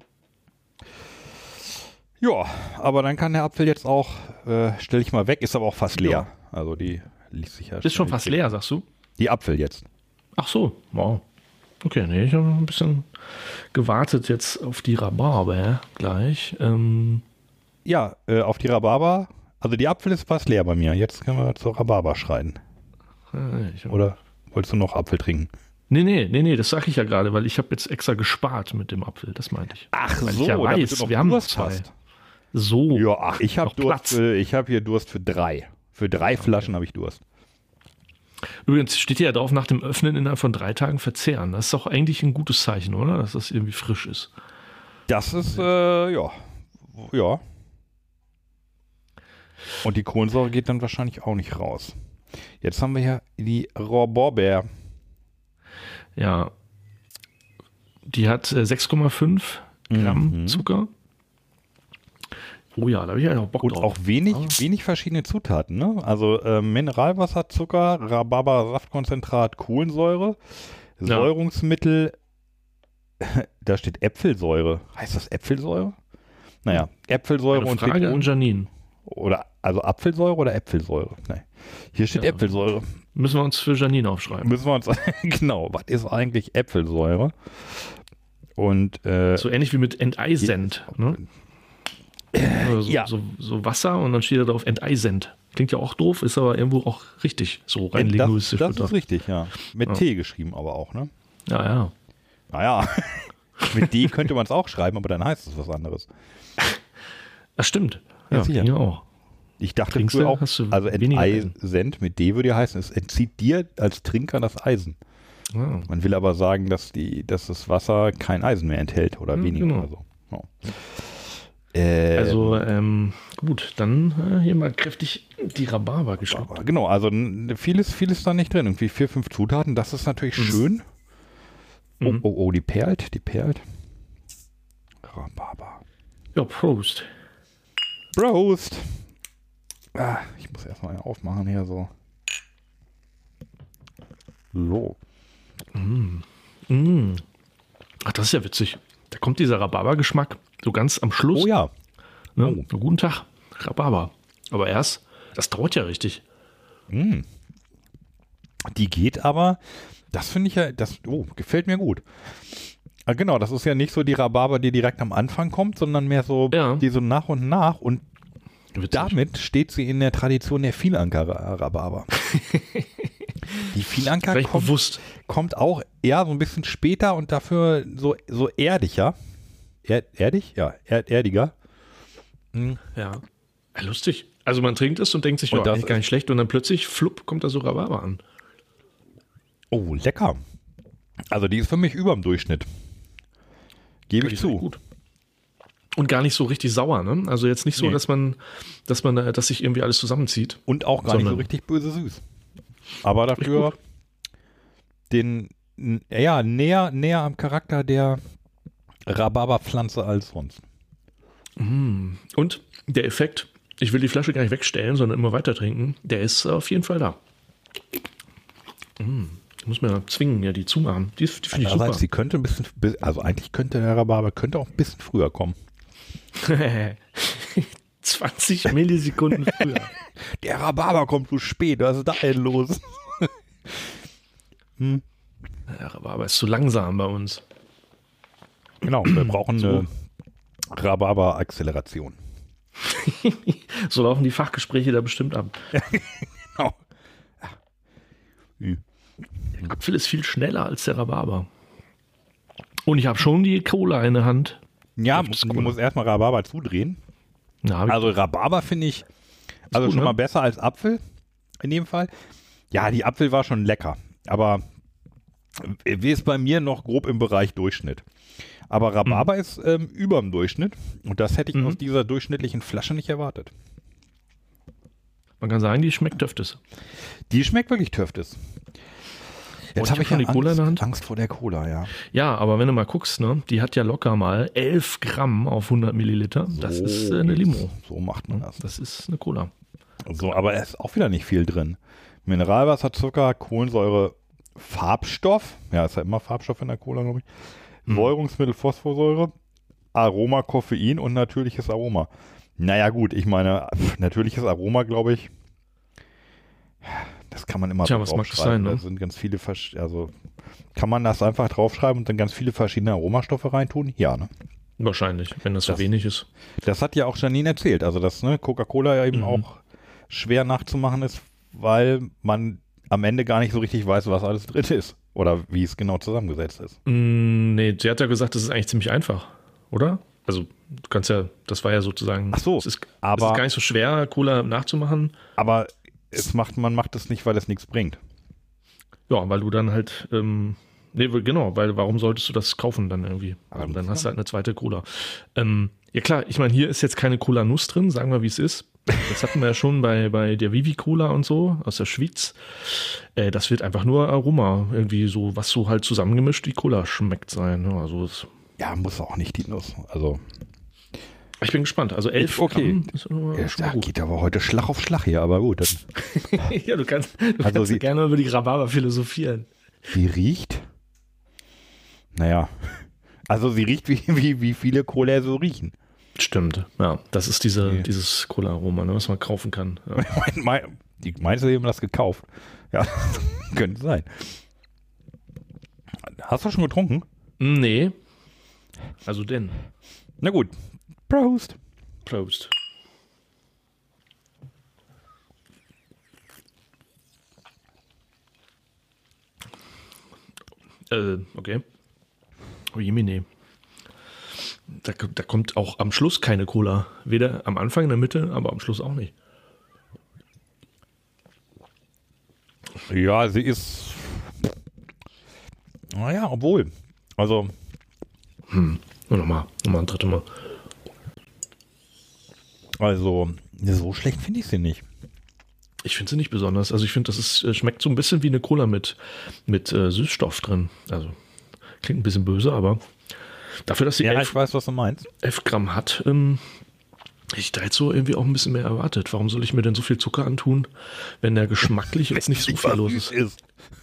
Ja, aber dann kann der Apfel jetzt auch, stelle ich mal weg, ist aber auch fast leer. Also die liest sich ja. Ist schon fast leer, sagst du? Die Apfel jetzt. Ach so, wow. Okay, nee, ich habe ein bisschen gewartet jetzt auf die Rhabarber gleich. Auf die Rhabarber, also die Apfel ist fast leer bei mir. Jetzt können wir zur Rhabarber schreiten. Oder wolltest du noch Apfel trinken? Nee, das sage ich ja gerade, weil ich habe jetzt extra gespart mit dem Apfel, das meinte ich. Ach weil so, ich ja damit weiß, du noch wir haben Durst zwei. hast. So. Ja, ach, ich habe Platz. hier Durst für 3. Für 3 Flaschen habe ich Durst. Übrigens steht hier ja drauf, nach dem Öffnen innerhalb von 3 Tagen verzehren. Das ist doch eigentlich ein gutes Zeichen, oder? Dass das irgendwie frisch ist. Das ist, ja. Und die Kohlensäure geht dann wahrscheinlich auch nicht raus. Jetzt haben wir hier die Rhabarber. Ja. Die hat 6,5 Gramm Zucker. Oh ja, da habe ich ja auch Bock Und drauf. auch wenig verschiedene Zutaten, ne? Also Mineralwasser, Zucker, Rhabarber-Saftkonzentrat, Kohlensäure, Säurungsmittel, da steht Äpfelsäure. Heißt das Äpfelsäure? Naja, Äpfelsäure Eine und Frage Zitronen. an Janine. Oder, also Apfelsäure oder Äpfelsäure? Nein. Hier steht Äpfelsäure. Müssen wir uns für Janine aufschreiben. Genau, was ist eigentlich Äpfelsäure? Und So ähnlich wie mit enteisend, ne? So Wasser und dann steht da drauf enteisend. Klingt ja auch doof, ist aber irgendwo auch richtig, so rein linguistisch. Das ist richtig, ja. Mit T geschrieben aber auch, ne? Ja. Naja, mit D könnte man es auch schreiben, aber dann heißt es was anderes. Das stimmt. Ja, sicher. Ja auch. Ich dachte Trinkst früher du, auch, hast du also weniger enteisend mit D würde ja heißen, es entzieht dir als Trinker das Eisen. Ja. Man will aber sagen, dass das Wasser kein Eisen mehr enthält oder weniger genau. oder so. Ja. Also gut, dann hier mal kräftig die Rhabarber geschluckt. Genau, also vieles da nicht drin. Irgendwie 4, 5 Zutaten, das ist natürlich schön. Oh, die perlt. Rhabarber. Ja, Prost. Prost. Ich muss erstmal aufmachen hier so. So. Ach, das ist ja witzig. Da kommt dieser Rhabarber-Geschmack so ganz am Schluss. Oh ja. Ne? Oh. Guten Tag, Rhabarber. Aber erst, das dauert ja richtig. Die geht aber, das finde ich ja, gefällt mir gut. Genau, das ist ja nicht so die Rhabarber, die direkt am Anfang kommt, sondern mehr so, die so nach und nach und witzig. Damit steht sie in der Tradition der Vielanker-Rhabarber. Die Vielanker kommt auch eher so ein bisschen später und dafür so erdiger. Erdig? Ja, erdiger. Ja. Lustig. Also man trinkt es und denkt sich, ja, eigentlich gar nicht schlecht und dann plötzlich, flupp, kommt da so Rhabarber an. Oh, lecker. Also die ist für mich über dem Durchschnitt. Gebe ich zu. Gut. Und gar nicht so richtig sauer, ne? Also jetzt nicht so, dass sich irgendwie alles zusammenzieht. Und auch gar nicht so richtig böse süß. Aber dafür näher am Charakter der Rhabarberpflanze als sonst. Und der Effekt, ich will die Flasche gar nicht wegstellen, sondern immer weiter trinken, der ist auf jeden Fall da. Ich muss mir zwingen, ja, die zumachen. Die finde ich super. Sie könnte ein bisschen, also eigentlich könnte der Rhabarber auch ein bisschen früher kommen. 20 Millisekunden früher. Der Rhabarber kommt zu spät, was ist da denn los? Der Rhabarber ist zu langsam bei uns. Genau, wir brauchen eine Rhabarber-Acceleration. So laufen die Fachgespräche da bestimmt ab. Genau. Der Apfel ist viel schneller als der Rhabarber. Und ich habe schon die Cola in der Hand. Ja, du musst erstmal Rhabarber zudrehen. Also Rhabarber finde ich schon mal besser als Apfel in dem Fall. Ja, die Apfel war schon lecker, aber ist bei mir noch grob im Bereich Durchschnitt. Aber Rhabarber ist über dem Durchschnitt und das hätte ich aus dieser durchschnittlichen Flasche nicht erwartet. Man kann sagen, die schmeckt Töftes. Die schmeckt wirklich Töftes. Jetzt habe ich die Cola in der Hand. Angst vor der Cola, ja. Ja, aber wenn du mal guckst, ne, die hat ja locker mal 11 Gramm auf 100 Milliliter. Das ist eine Limo. So macht man das. Das ist eine Cola. So, aber es ist auch wieder nicht viel drin. Mineralwasser, Zucker, Kohlensäure, Farbstoff. Ja, ist ja immer Farbstoff in der Cola, glaube ich. Säurungsmittel, Phosphorsäure, Aroma, Koffein und natürliches Aroma. Naja gut, ich meine, natürliches Aroma, glaube ich, das kann man immer was mag das sein, ne? Da sind ganz viele, also kann man das einfach draufschreiben und dann ganz viele verschiedene Aromastoffe reintun? Ja, ne? Wahrscheinlich, wenn das so wenig ist. Das hat ja auch Janine erzählt, also dass Coca-Cola ja eben auch schwer nachzumachen ist, weil man am Ende gar nicht so richtig weiß, was alles drin ist. Oder wie es genau zusammengesetzt ist. Nee, sie hat ja gesagt, das ist eigentlich ziemlich einfach, oder? Also du kannst ja, das war ja sozusagen, Ach so, es ist gar nicht so schwer, Cola nachzumachen. Aber man macht es nicht, weil es nichts bringt. Ja, weil du dann halt, genau, weil warum solltest du das kaufen dann irgendwie? Aber dann hast du halt eine zweite Cola. Ja klar, ich meine, hier ist jetzt keine Cola-Nuss drin, sagen wir, wie es ist. Das hatten wir ja schon bei der Vivi-Cola und so aus der Schweiz. Das wird einfach nur Aroma, irgendwie so, was so halt zusammengemischt wie Cola schmeckt sein. Also ja, muss auch nicht die Nuss. Also ich bin gespannt. Also 11 okay. Gramm ist schon mal gut. Geht aber heute Schlag auf Schlag hier, aber gut. Ja, du kannst Also gerne über die Rhabarber philosophieren. Sie riecht? Naja, also sie riecht wie viele Cola so riechen. Stimmt, ja. Das ist dieses Cola-Aroma, ne, was man kaufen kann. Ja. Meinst du, die haben das gekauft? Ja, könnte sein. Hast du schon getrunken? Nee. Also denn. Na gut. Prost. Prost. Okay. Oh Jemine. Da kommt auch am Schluss keine Cola. Weder am Anfang, in der Mitte, aber am Schluss auch nicht. Ja, sie ist. Naja, obwohl. Also. Nochmal ein drittes Mal. Also, so schlecht finde ich sie nicht. Ich finde sie nicht besonders. Also ich finde, schmeckt so ein bisschen wie eine Cola mit Süßstoff drin. Also klingt ein bisschen böse, aber dafür, dass sie ich weiß, was du meinst. 11 Gramm hat, ich da jetzt so irgendwie auch ein bisschen mehr erwartet. Warum soll ich mir denn so viel Zucker antun, wenn der geschmacklich jetzt nicht so viel los ist?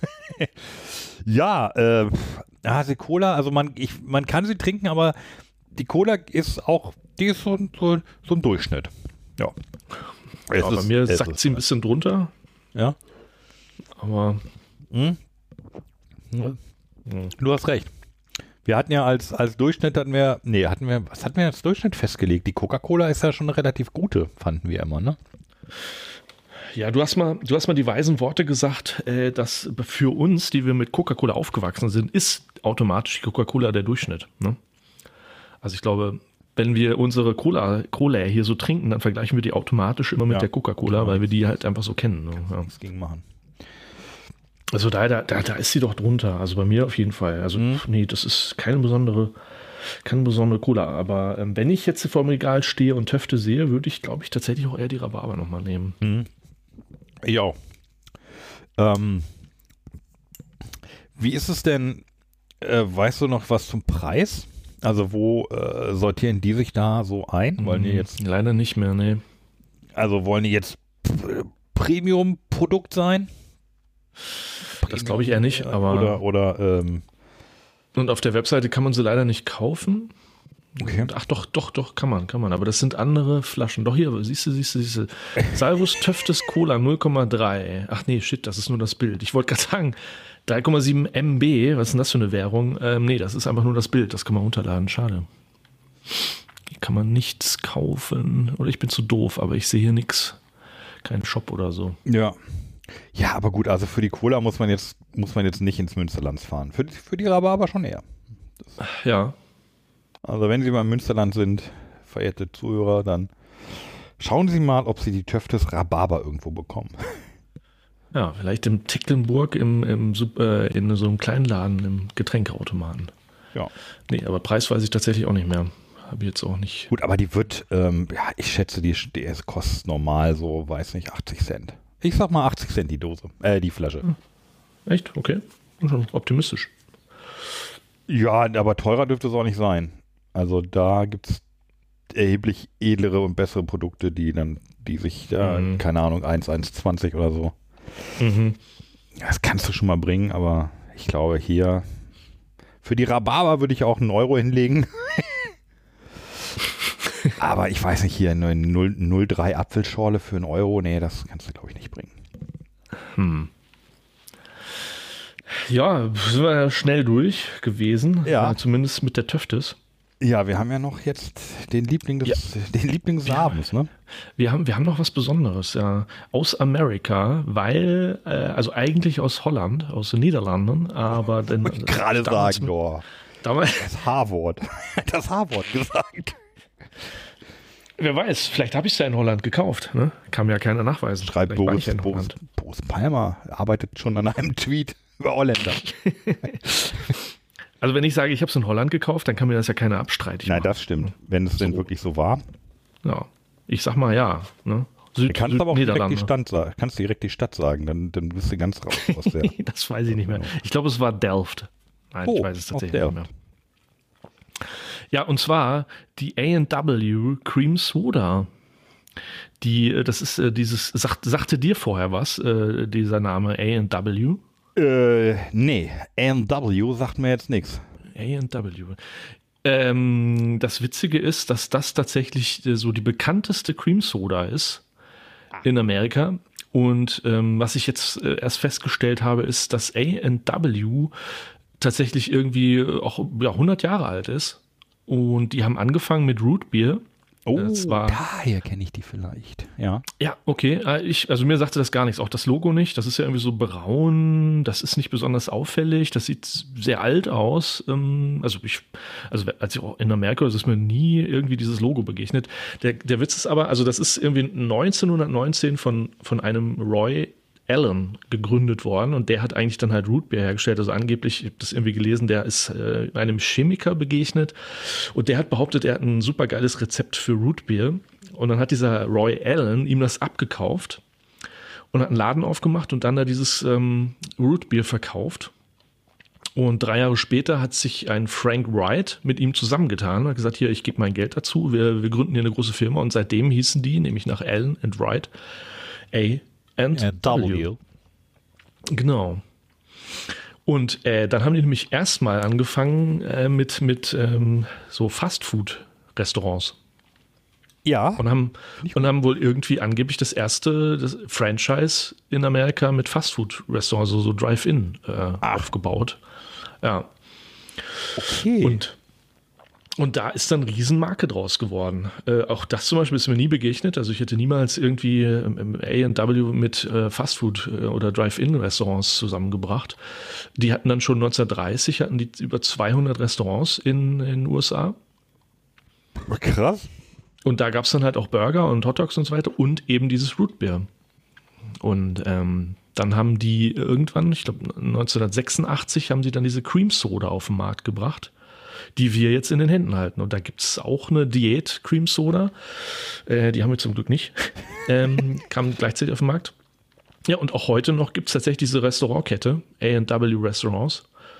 Ja, die Cola, also man kann sie trinken, aber die Cola ist so ein Durchschnitt. Ja. Ja, bei mir sackt sie ein bisschen drunter. Ja. Aber. Du hast recht. Wir hatten ja als Durchschnitt was hatten wir als Durchschnitt festgelegt? Die Coca-Cola ist ja schon eine relativ gute, fanden wir immer, ne? Ja, du hast mal die weisen Worte gesagt, dass für uns, die wir mit Coca-Cola aufgewachsen sind, ist automatisch die Coca-Cola der Durchschnitt. Ne? Also ich glaube, wenn wir unsere Cola hier so trinken, dann vergleichen wir die automatisch immer mit der Coca-Cola, genau, weil wir die halt einfach so kennen. Ne? Ja. Das ging machen. Also da ist sie doch drunter. Also bei mir auf jeden Fall. Also nee, das ist keine besondere Cola. Aber wenn ich jetzt vor dem Regal stehe und Töfte sehe, würde ich, glaube ich, tatsächlich auch eher die Rhabarber nochmal nehmen. Ich auch. Wie ist es denn, weißt du noch was zum Preis? Also wo sortieren die sich da so ein? Wollen die jetzt leider nicht mehr, nee. Also wollen die jetzt Premium-Produkt sein? Das glaube ich eher nicht, aber und auf der Webseite kann man sie leider nicht kaufen. Okay. Ach doch, kann man. Aber das sind andere Flaschen. Doch hier, siehst du. Salvus Töftes Cola 0,3. Ach nee, shit, das ist nur das Bild. Ich wollte gerade sagen, 3,7 MB, was ist denn das für eine Währung? Nee, das ist einfach nur das Bild, das kann man runterladen, schade. Hier kann man nichts kaufen. Oder ich bin zu doof, aber ich sehe hier nichts. Kein Shop oder so. Ja. Ja, aber gut, also für die Cola muss man jetzt nicht ins Münsterland fahren. Für die Rhabarber schon eher. Ja. Also wenn Sie mal im Münsterland sind, verehrte Zuhörer, dann schauen Sie mal, ob Sie die Töftes Rhabarber irgendwo bekommen. Ja, vielleicht im Tecklenburg in so einem kleinen Laden im Getränkeautomaten. Ja. Nee, aber Preis weiß ich tatsächlich auch nicht mehr. Habe ich jetzt auch nicht. Gut, aber die wird, ich schätze, die kostet normal so, weiß nicht, 80 Cent. Ich sag mal 80 Cent die Dose, die Flasche. Echt? Okay. Schon optimistisch. Ja, aber teurer dürfte es auch nicht sein. Also da gibt es erheblich edlere und bessere Produkte, die sich keine Ahnung, 1,20 oder so. Das kannst du schon mal bringen, aber ich glaube hier für die Rhabarber würde ich auch 1 Euro hinlegen. Aber ich weiß nicht, hier eine 0,3 Apfelschorle für 1 Euro, nee, das kannst du, glaube ich, nicht bringen. Ja, sind wir ja schnell durch gewesen. Ja. Zumindest mit der Töftes. Ja, wir haben ja noch jetzt den Liebling des Abends, ne? Wir haben noch was Besonderes, ja. Aus Amerika, weil, also eigentlich aus Holland, aus den Niederlanden, aber dann. Wollte ich gerade sagen, das H-Wort. Das H-Wort gesagt. Wer weiß, vielleicht habe ich es ja in Holland gekauft, ne? Kann mir ja keiner nachweisen. Schreibt Boris Palmer, arbeitet schon an einem Tweet über Holländer. Also wenn ich sage, ich habe es in Holland gekauft, dann kann mir das ja keiner abstreiten. Nein, das stimmt. Wenn es denn wirklich so war. Ja, ich sag mal ja. Ne? Du kannst aber auch direkt die Stadt sagen, dann bist du ganz raus aus der. Das weiß ich nicht mehr. Ich glaube, es war Delft. Nein, ich weiß es tatsächlich nicht mehr. Ja, und zwar die A&W Cream Soda. Das ist dieses, sagte dir vorher was, dieser Name A&W? Nee, A&W sagt mir jetzt nichts. A&W. Das Witzige ist, dass das tatsächlich so die bekannteste Cream Soda ist in Amerika. Und was ich jetzt erst festgestellt habe, ist, dass A&W tatsächlich irgendwie auch 100 Jahre alt ist. Und die haben angefangen mit Root Beer. Oh, daher kenne ich die vielleicht. Ja. Ja, okay. Also mir sagte das gar nichts. Auch das Logo nicht. Das ist ja irgendwie so braun. Das ist nicht besonders auffällig. Das sieht sehr alt aus. Als ich auch in Amerika, ist mir nie irgendwie dieses Logo begegnet. Der Witz ist aber, also das ist irgendwie 1919 von einem Roy Allen gegründet worden und der hat eigentlich dann halt Root Beer hergestellt. Also angeblich, ich habe das irgendwie gelesen, der ist einem Chemiker begegnet und der hat behauptet, er hat ein super geiles Rezept für Root Beer und dann hat dieser Roy Allen ihm das abgekauft und hat einen Laden aufgemacht und dann da dieses Root Beer verkauft. Und 3 Jahre später hat sich ein Frank Wright mit ihm zusammengetan und hat gesagt, hier, ich gebe mein Geld dazu, wir gründen hier eine große Firma und seitdem hießen die, nämlich nach Allen and Wright, A&W. Genau. Und dann haben die nämlich erstmal angefangen mit so Fastfood-Restaurants. Ja. Und haben wohl irgendwie angeblich das Franchise in Amerika mit Fastfood-Restaurants, so Drive-In aufgebaut. Ja. Okay. Und da ist dann eine Riesenmarke draus geworden. Auch das zum Beispiel ist mir nie begegnet. Also ich hätte niemals irgendwie A&W mit Fastfood- oder Drive-In-Restaurants zusammengebracht. Die hatten dann schon 1930 über 200 Restaurants in den USA. Krass. Und da gab es dann halt auch Burger und Hotdogs und so weiter und eben dieses Root Beer. Und dann haben die irgendwann, ich glaube 1986, haben sie dann diese Cream Soda auf den Markt gebracht, die wir jetzt in den Händen halten. Und da gibt es auch eine Diät-Cream-Soda. Die haben wir zum Glück nicht. Kam gleichzeitig auf den Markt. Ja, und auch heute noch gibt es tatsächlich diese Restaurantkette, A&W Restaurants.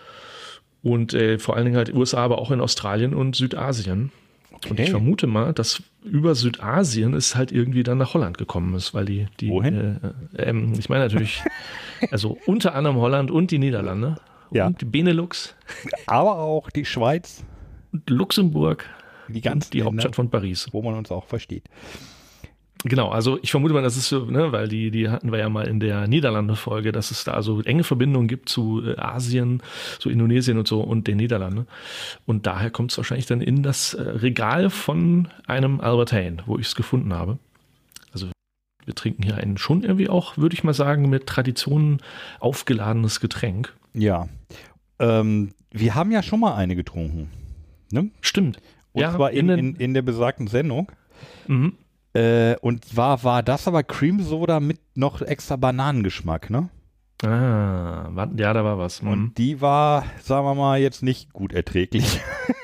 Und vor allen Dingen halt in den USA, aber auch in Australien und Südasien. Okay. Und ich vermute mal, dass über Südasien es halt irgendwie dann nach Holland gekommen ist, weil die Wohin? Ich meine natürlich, also unter anderem Holland und die Niederlande. Ja. Und die Benelux. Aber auch die Schweiz. Und Luxemburg. Und die Hauptstadt von Paris. Wo man uns auch versteht. Genau, also ich vermute mal, das ist so, ne, weil die hatten wir ja mal in der Niederlande-Folge, dass es da so enge Verbindungen gibt zu Asien, zu Indonesien und so und den Niederlanden. Und daher kommt es wahrscheinlich dann in das Regal von einem Albert Heijn, wo ich es gefunden habe. Also wir trinken hier ein schon irgendwie auch, würde ich mal sagen, mit Traditionen aufgeladenes Getränk. Ja, wir haben ja schon mal eine getrunken. Ne? Stimmt. Und zwar in der besagten Sendung. Mhm. Und zwar war das aber Cream Soda mit noch extra Bananengeschmack, ne? Ja, da war was. Und die war, sagen wir mal, jetzt nicht gut erträglich.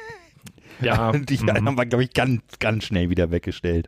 Ja. Die haben wir, glaube ich, ganz, ganz schnell wieder weggestellt.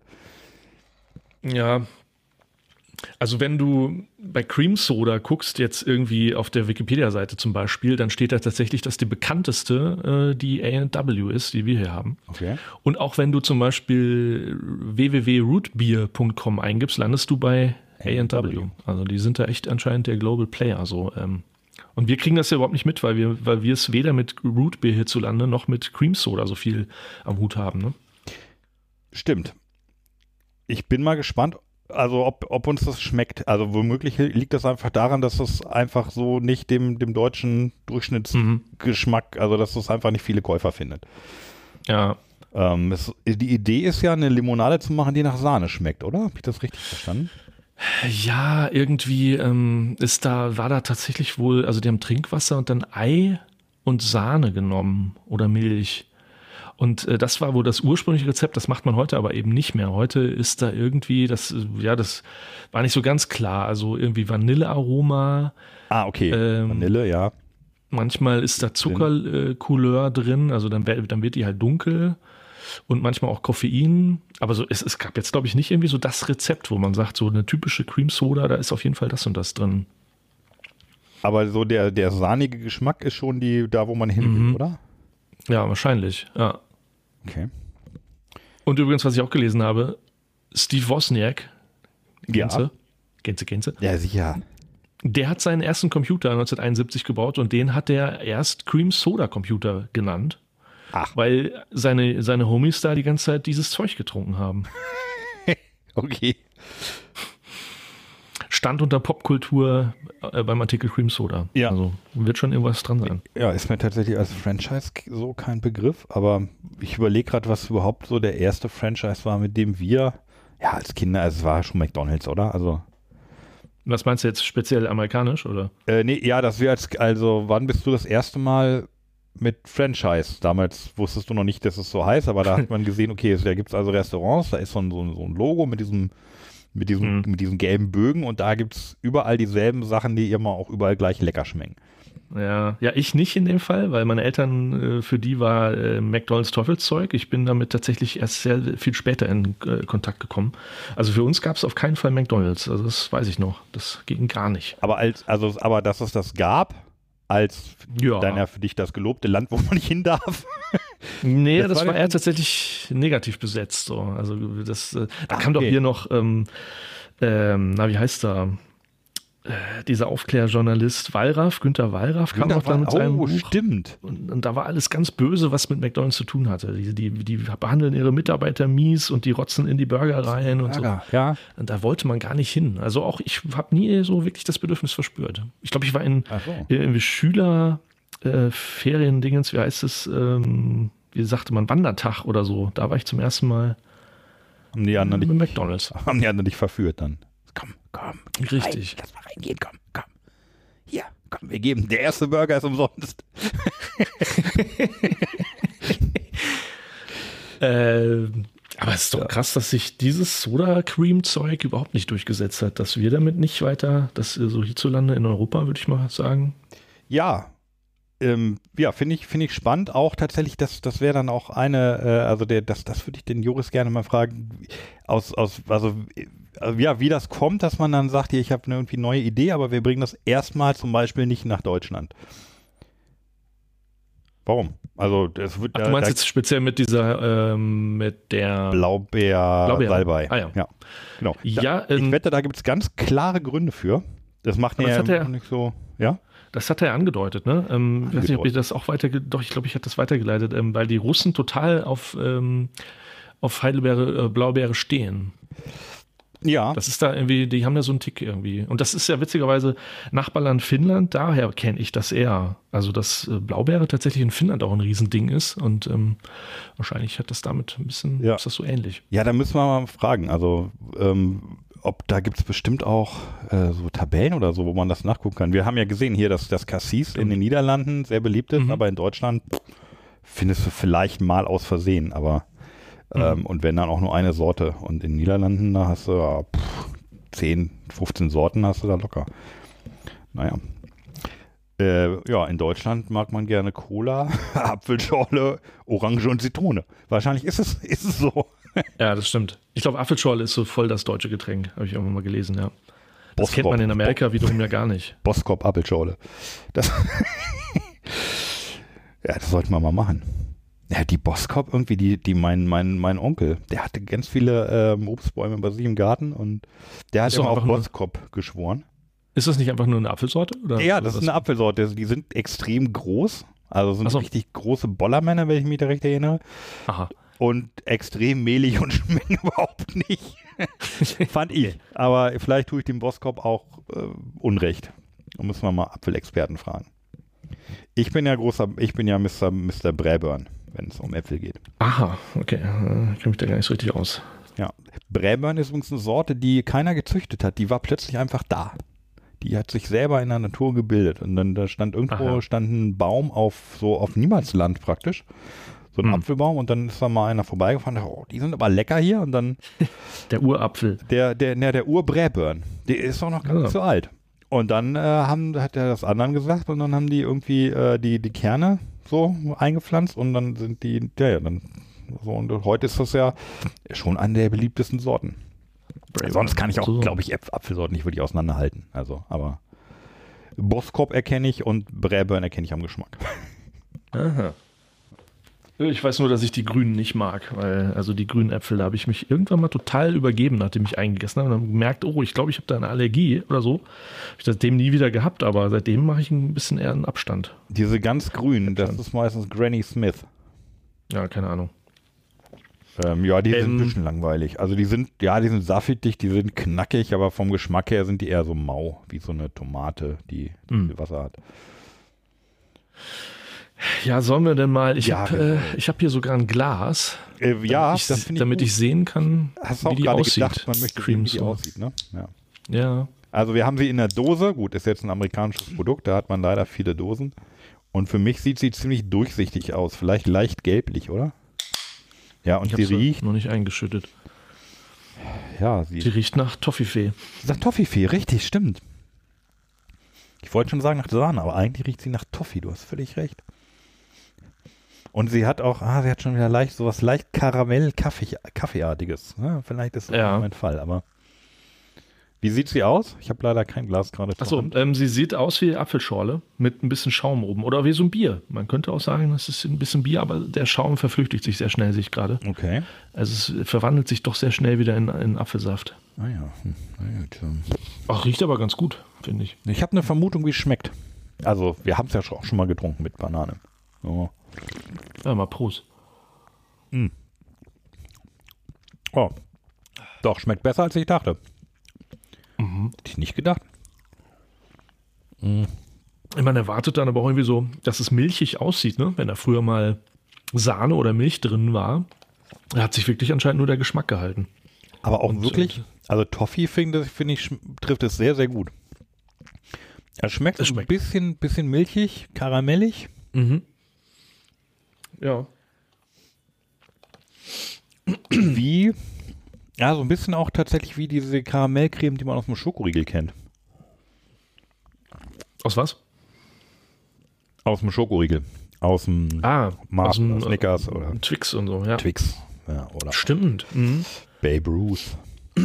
Ja. Also wenn du bei Cream Soda guckst, jetzt irgendwie auf der Wikipedia-Seite zum Beispiel, dann steht da tatsächlich, dass die bekannteste die A&W ist, die wir hier haben. Okay. Und auch wenn du zum Beispiel www.rootbeer.com eingibst, landest du bei A&W. Also die sind da echt anscheinend der Global Player. So. Und wir kriegen das ja überhaupt nicht mit, weil wir es weder mit Root Beer hierzulande noch mit Cream Soda so viel am Hut haben. Ne? Stimmt. Ich bin mal gespannt, also ob uns das schmeckt. Also womöglich liegt das einfach daran, dass es einfach so nicht dem deutschen Durchschnittsgeschmack, also dass es einfach nicht viele Käufer findet. Ja. Die Idee ist ja, eine Limonade zu machen, die nach Sahne schmeckt, oder? Habe ich das richtig verstanden? Ja, irgendwie war da tatsächlich wohl, also die haben Trinkwasser und dann Ei und Sahne genommen oder Milch. Und das war wohl das ursprüngliche Rezept, das macht man heute aber eben nicht mehr. Heute ist da irgendwie, das war nicht so ganz klar, also irgendwie Vanillearoma. Ah, okay, Vanille, ja. Manchmal ist da Zuckercouleur drin, also dann wird die halt dunkel. Und manchmal auch Koffein, aber so, es gab jetzt, glaube ich, nicht irgendwie so das Rezept, wo man sagt, so eine typische Cream Soda, da ist auf jeden Fall das und das drin. Aber so der sahnige Geschmack ist schon da, wo man hin will, oder? Ja, wahrscheinlich, ja. Okay. Und übrigens, was ich auch gelesen habe, Steve Wozniak, Gänse? Ja, sicher. Der hat seinen ersten Computer 1971 gebaut und den hat er erst Cream Soda Computer genannt. Ach. Weil seine Homies da die ganze Zeit dieses Zeug getrunken haben. Okay. Stand unter Popkultur beim Artikel Cream Soda. Ja. Also wird schon irgendwas dran sein. Ja, ist mir tatsächlich als Franchise so kein Begriff, aber ich überlege gerade, was überhaupt so der erste Franchise war, mit dem wir, ja, als Kinder, also es war schon McDonald's, oder? Also. Was meinst du jetzt speziell amerikanisch, oder? Nee, ja, dass wir wann bist du das erste Mal mit Franchise? Damals wusstest du noch nicht, dass es so heißt, aber da hat man gesehen, okay, da gibt es also Restaurants, da ist so ein Logo mit diesen gelben Bögen und da gibt es überall dieselben Sachen, die immer auch überall gleich lecker schmecken. Ja, ich nicht in dem Fall, weil meine Eltern, für die war McDonald's Teufelszeug. Ich bin damit tatsächlich erst sehr viel später in Kontakt gekommen. Also für uns gab es auf keinen Fall McDonald's, also das weiß ich noch, das ging gar nicht. Aber dass es das gab, als für dich das gelobte Land, wo man nicht hin darf. Nee, das war eher tatsächlich negativ besetzt. So. Also da kam doch hier noch, wie heißt er? Dieser Aufklärjournalist Günther Wallraff kam auch dann mit seinem Buch. Stimmt. Und da war alles ganz böse, was mit McDonald's zu tun hatte. Die behandeln ihre Mitarbeiter mies und die rotzen in die Burger rein und so. Ja. Und da wollte man gar nicht hin. Also auch ich habe nie so wirklich das Bedürfnis verspürt. Ich glaube, ich war in Schüler-Ferien-Dingens, wie heißt es, wie sagte man, Wandertag oder so. Da war ich zum ersten Mal mit McDonald's. Haben die anderen dich verführt dann? Komm. Richtig. Lass mal reingehen, komm. Hier, komm, wir geben, der erste Burger ist umsonst. Aber es ist doch krass, dass sich dieses Soda-Cream-Zeug überhaupt nicht durchgesetzt hat, dass wir damit nicht weiter, das so hierzulande in Europa, würde ich mal sagen. Ja. Finde ich spannend. Auch tatsächlich, das wäre dann auch das würde ich den Joris gerne mal fragen, wie das kommt, dass man dann sagt, hier, ich habe eine irgendwie neue Idee, aber wir bringen das erstmal zum Beispiel nicht nach Deutschland. Warum? Also das wird. Du meinst jetzt speziell mit der Blaubeer. Salbei. Ah, ja. Genau. Ja, ich wette, da gibt es ganz klare Gründe für. Das macht ja nicht so. Ja. Das hat er angedeutet, ne? Ich weiß nicht, ob ich das auch ich glaube, ich hatte das weitergeleitet, weil die Russen total auf Heidelbeere, Blaubeere stehen. Ja. Das ist da irgendwie, die haben ja so einen Tick irgendwie. Und das ist ja witzigerweise Nachbarland Finnland, daher kenne ich das eher. Also, dass Blaubeere tatsächlich in Finnland auch ein Riesending ist und wahrscheinlich hat das damit ein bisschen, ist das so ähnlich. Ja, da müssen wir mal fragen. Also, da gibt es bestimmt auch so Tabellen oder so, wo man das nachgucken kann. Wir haben ja gesehen hier, dass das Cassis in den Niederlanden sehr beliebt ist, aber in Deutschland findest du vielleicht mal aus Versehen, aber und wenn dann auch nur eine Sorte. Und in den Niederlanden, da hast du 10, 15 Sorten hast du da locker. Naja. In Deutschland mag man gerne Cola, Apfelschorle, Orange und Zitrone. Wahrscheinlich ist es so. Ja, das stimmt. Ich glaube, Apfelschorle ist so voll das deutsche Getränk, habe ich irgendwann mal gelesen, ja. Das kennt man in Amerika wiederum ja gar nicht. Boskop Apfelschorle. Das sollten wir mal machen. Ja, die Boskop irgendwie, mein Onkel, der hatte ganz viele Obstbäume bei sich im Garten und der hat immer auf Boskop geschworen. Ist das nicht einfach nur eine Apfelsorte? Oder ja, das ist eine Apfelsorte. Die sind extrem groß. Also sind richtig große Bollermänner, wenn ich mich da recht erinnere. Aha. Und extrem mehlig und schmecken überhaupt nicht. Fand ich. Aber vielleicht tue ich dem Boskop auch Unrecht. Da müssen wir mal Apfelexperten fragen. Ich bin ja Mr. Braeburn. wenn es um Äpfel geht. Aha, okay. Ich kenne mich da gar nicht so richtig aus. Ja. Braeburn ist übrigens eine Sorte, die keiner gezüchtet hat. Die war plötzlich einfach da. Die hat sich selber in der Natur gebildet. Und dann da stand ein Baum auf Niemandsland praktisch. So ein Apfelbaum. Und dann ist da mal einer vorbeigefahren. Oh, die sind aber lecker hier. Und dann der Urapfel. Der Ur-Braeburn. Der ist doch noch gar nicht so alt. Und dann hat er das anderen gesagt. Und dann haben die irgendwie die Kerne so eingepflanzt. Und dann sind die, dann so. Und heute ist das ja schon eine der beliebtesten Sorten. Sonst kann ich auch, glaube ich, Apfelsorten nicht wirklich auseinanderhalten. Also, aber Boskop erkenne ich und Braeburn erkenne ich am Geschmack. Aha. Ich weiß nur, dass ich die Grünen nicht mag, weil die grünen Äpfel, da habe ich mich irgendwann mal total übergeben, nachdem ich eingegessen habe und dann gemerkt, ich glaube, ich habe da eine Allergie oder so. Habe ich seitdem nie wieder gehabt, aber seitdem mache ich ein bisschen eher einen Abstand. Diese ganz grünen, das ist meistens Granny Smith. Ja, keine Ahnung. Die sind ein bisschen langweilig. Also die sind saftig, die sind knackig, aber vom Geschmack her sind die eher so mau, wie so eine Tomate, die viel Wasser hat. Ja, sollen wir denn mal, ich habe hier sogar ein Glas, damit ich sehen kann, wie die aussieht. Gedacht, man möchte sehen, wie die aussieht, ne? Ja. Also wir haben sie in der Dose, gut, ist jetzt ein amerikanisches Produkt, da hat man leider viele Dosen. Und für mich sieht sie ziemlich durchsichtig aus, vielleicht leicht gelblich, oder? Ja, und sie riecht noch nicht eingeschüttet. Ja, sie riecht nach Toffifee. Nach Toffifee, richtig, stimmt. Ich wollte schon sagen nach Sahne, aber eigentlich riecht sie nach Toffee, du hast völlig recht. Und sie hat auch, sie hat schon wieder sowas leicht Kaffeeartiges. Ja, vielleicht ist das mein Fall, aber wie sieht sie aus? Ich habe leider kein Glas gerade. Achso, sie sieht aus wie Apfelschorle mit ein bisschen Schaum oben oder wie so ein Bier. Man könnte auch sagen, das ist ein bisschen Bier, aber der Schaum verflüchtigt sich sehr schnell, sehe ich gerade. Okay. Also es verwandelt sich doch sehr schnell wieder in Apfelsaft. Ah ja. Ach, riecht aber ganz gut, finde ich. Ich habe eine Vermutung, wie es schmeckt. Also wir haben es ja auch schon mal getrunken mit Banane. Oh. Ja, mal Prost. Oh. Doch, schmeckt besser, als ich dachte. Hätte ich nicht gedacht. Man erwartet dann aber auch irgendwie so, dass es milchig aussieht, ne? Wenn da früher mal Sahne oder Milch drin war. Da hat sich wirklich anscheinend nur der Geschmack gehalten. Aber auch wirklich, also Toffee finde ich, trifft es sehr, sehr gut. Es schmeckt ein bisschen milchig, karamellig. Ja. So ein bisschen auch tatsächlich wie diese Karamellcreme, die man aus dem Schokoriegel kennt. Aus was? Aus dem Schokoriegel. Aus dem Mars, Snickers oder Twix und so, ja. Twix, ja, oder stimmt. Babe Ruth.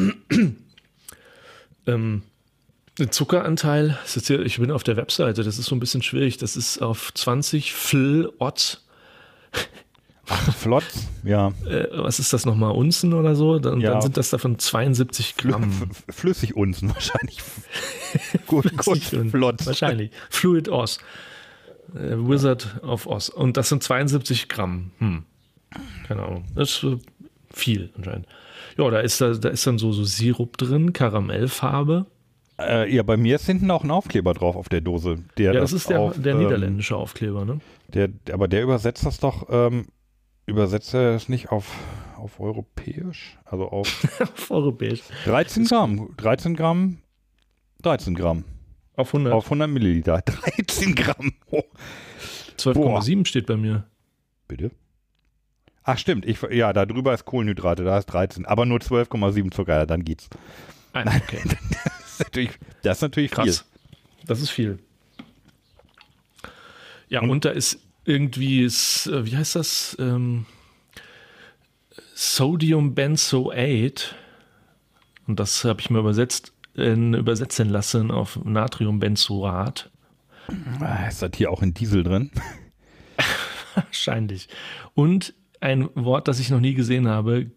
Der Zuckeranteil, ich bin auf der Webseite, das ist so ein bisschen schwierig, das ist auf 20 Fl-Otz. Flotz, ja. Was ist das nochmal, Unzen oder so? Dann sind das davon 72 Gramm. Flüssigunzen wahrscheinlich. gut, Flotz. Wahrscheinlich. Fluid Oz. Wizard of Oz. Und das sind 72 Gramm. Keine Ahnung. Das ist viel anscheinend. Ja, da ist dann so Sirup drin, Karamellfarbe. Bei mir ist hinten auch ein Aufkleber drauf auf der Dose. Das ist der niederländische Aufkleber, ne? Aber der übersetzt das doch, übersetzt er es nicht auf europäisch? Also auf auf europäisch. 13 Gramm. 13 Gramm. 13 Gramm. Auf 100? Auf 100 Milliliter. 13 Gramm. Oh. 12,7 steht bei mir. Bitte? Ach stimmt, da drüber ist Kohlenhydrate, da ist 13, aber nur 12,7 Zucker, dann geht's. Okay. Das ist natürlich krass. Viel. Das ist viel. Ja, und da ist irgendwie, wie heißt das? Sodium Benzoate. Und das habe ich mir übersetzen lassen auf Natriumbenzoat. Ist das hier auch in Diesel drin? Wahrscheinlich. Und ein Wort, das ich noch nie gesehen habe,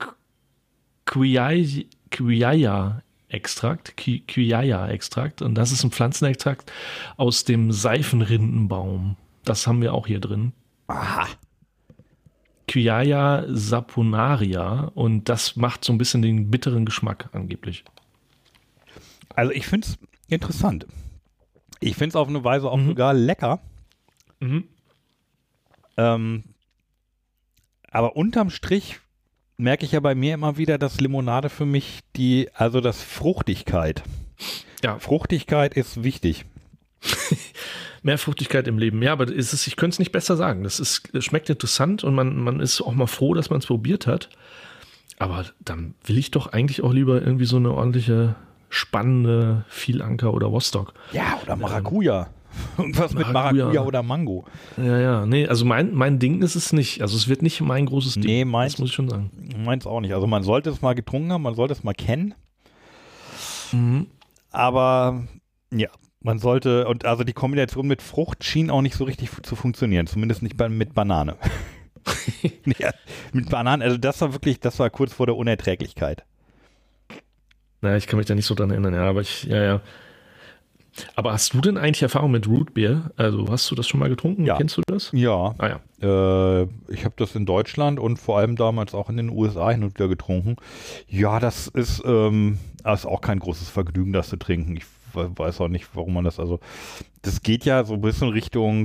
Quiyaya-Extrakt. Und das ist ein Pflanzenextrakt aus dem Seifenrindenbaum. Das haben wir auch hier drin. Aha. Quiyaya saponaria. Und das macht so ein bisschen den bitteren Geschmack angeblich. Also ich finde es interessant. Ich finde es auf eine Weise auch sogar lecker. Aber unterm Strich merke ich ja bei mir immer wieder, dass Limonade für mich das Fruchtigkeit. Ja. Fruchtigkeit ist wichtig. Mehr Fruchtigkeit im Leben. Ja, aber ich könnte es nicht besser sagen. Es schmeckt interessant und man ist auch mal froh, dass man es probiert hat. Aber dann will ich doch eigentlich auch lieber irgendwie so eine ordentliche, spannende Vielanker oder Wostock. Ja, oder Maracuja. Irgendwas mit Maracuja oder Mango. Ja, nee, also mein Ding ist es nicht. Also es wird nicht mein großes Ding. Nee, meins, das muss ich schon sagen. Meins auch nicht. Also man sollte es mal getrunken haben, man sollte es mal kennen. Mhm. Aber ja, man sollte, und also die Kombination mit Frucht schien auch nicht so richtig zu funktionieren. Zumindest nicht mit Banane. Ja, mit Bananen, also das war kurz vor der Unerträglichkeit. Naja, ich kann mich da nicht so dran erinnern, ja, ja. Aber hast du denn eigentlich Erfahrung mit Root Beer? Also hast du das schon mal getrunken? Ja. Kennst du das? Ja. Ah, ja. Ich habe das in Deutschland und vor allem damals auch in den USA hin und wieder getrunken. Ja, das ist auch kein großes Vergnügen, das zu trinken. Ich weiß auch nicht, warum man das geht ja so ein bisschen Richtung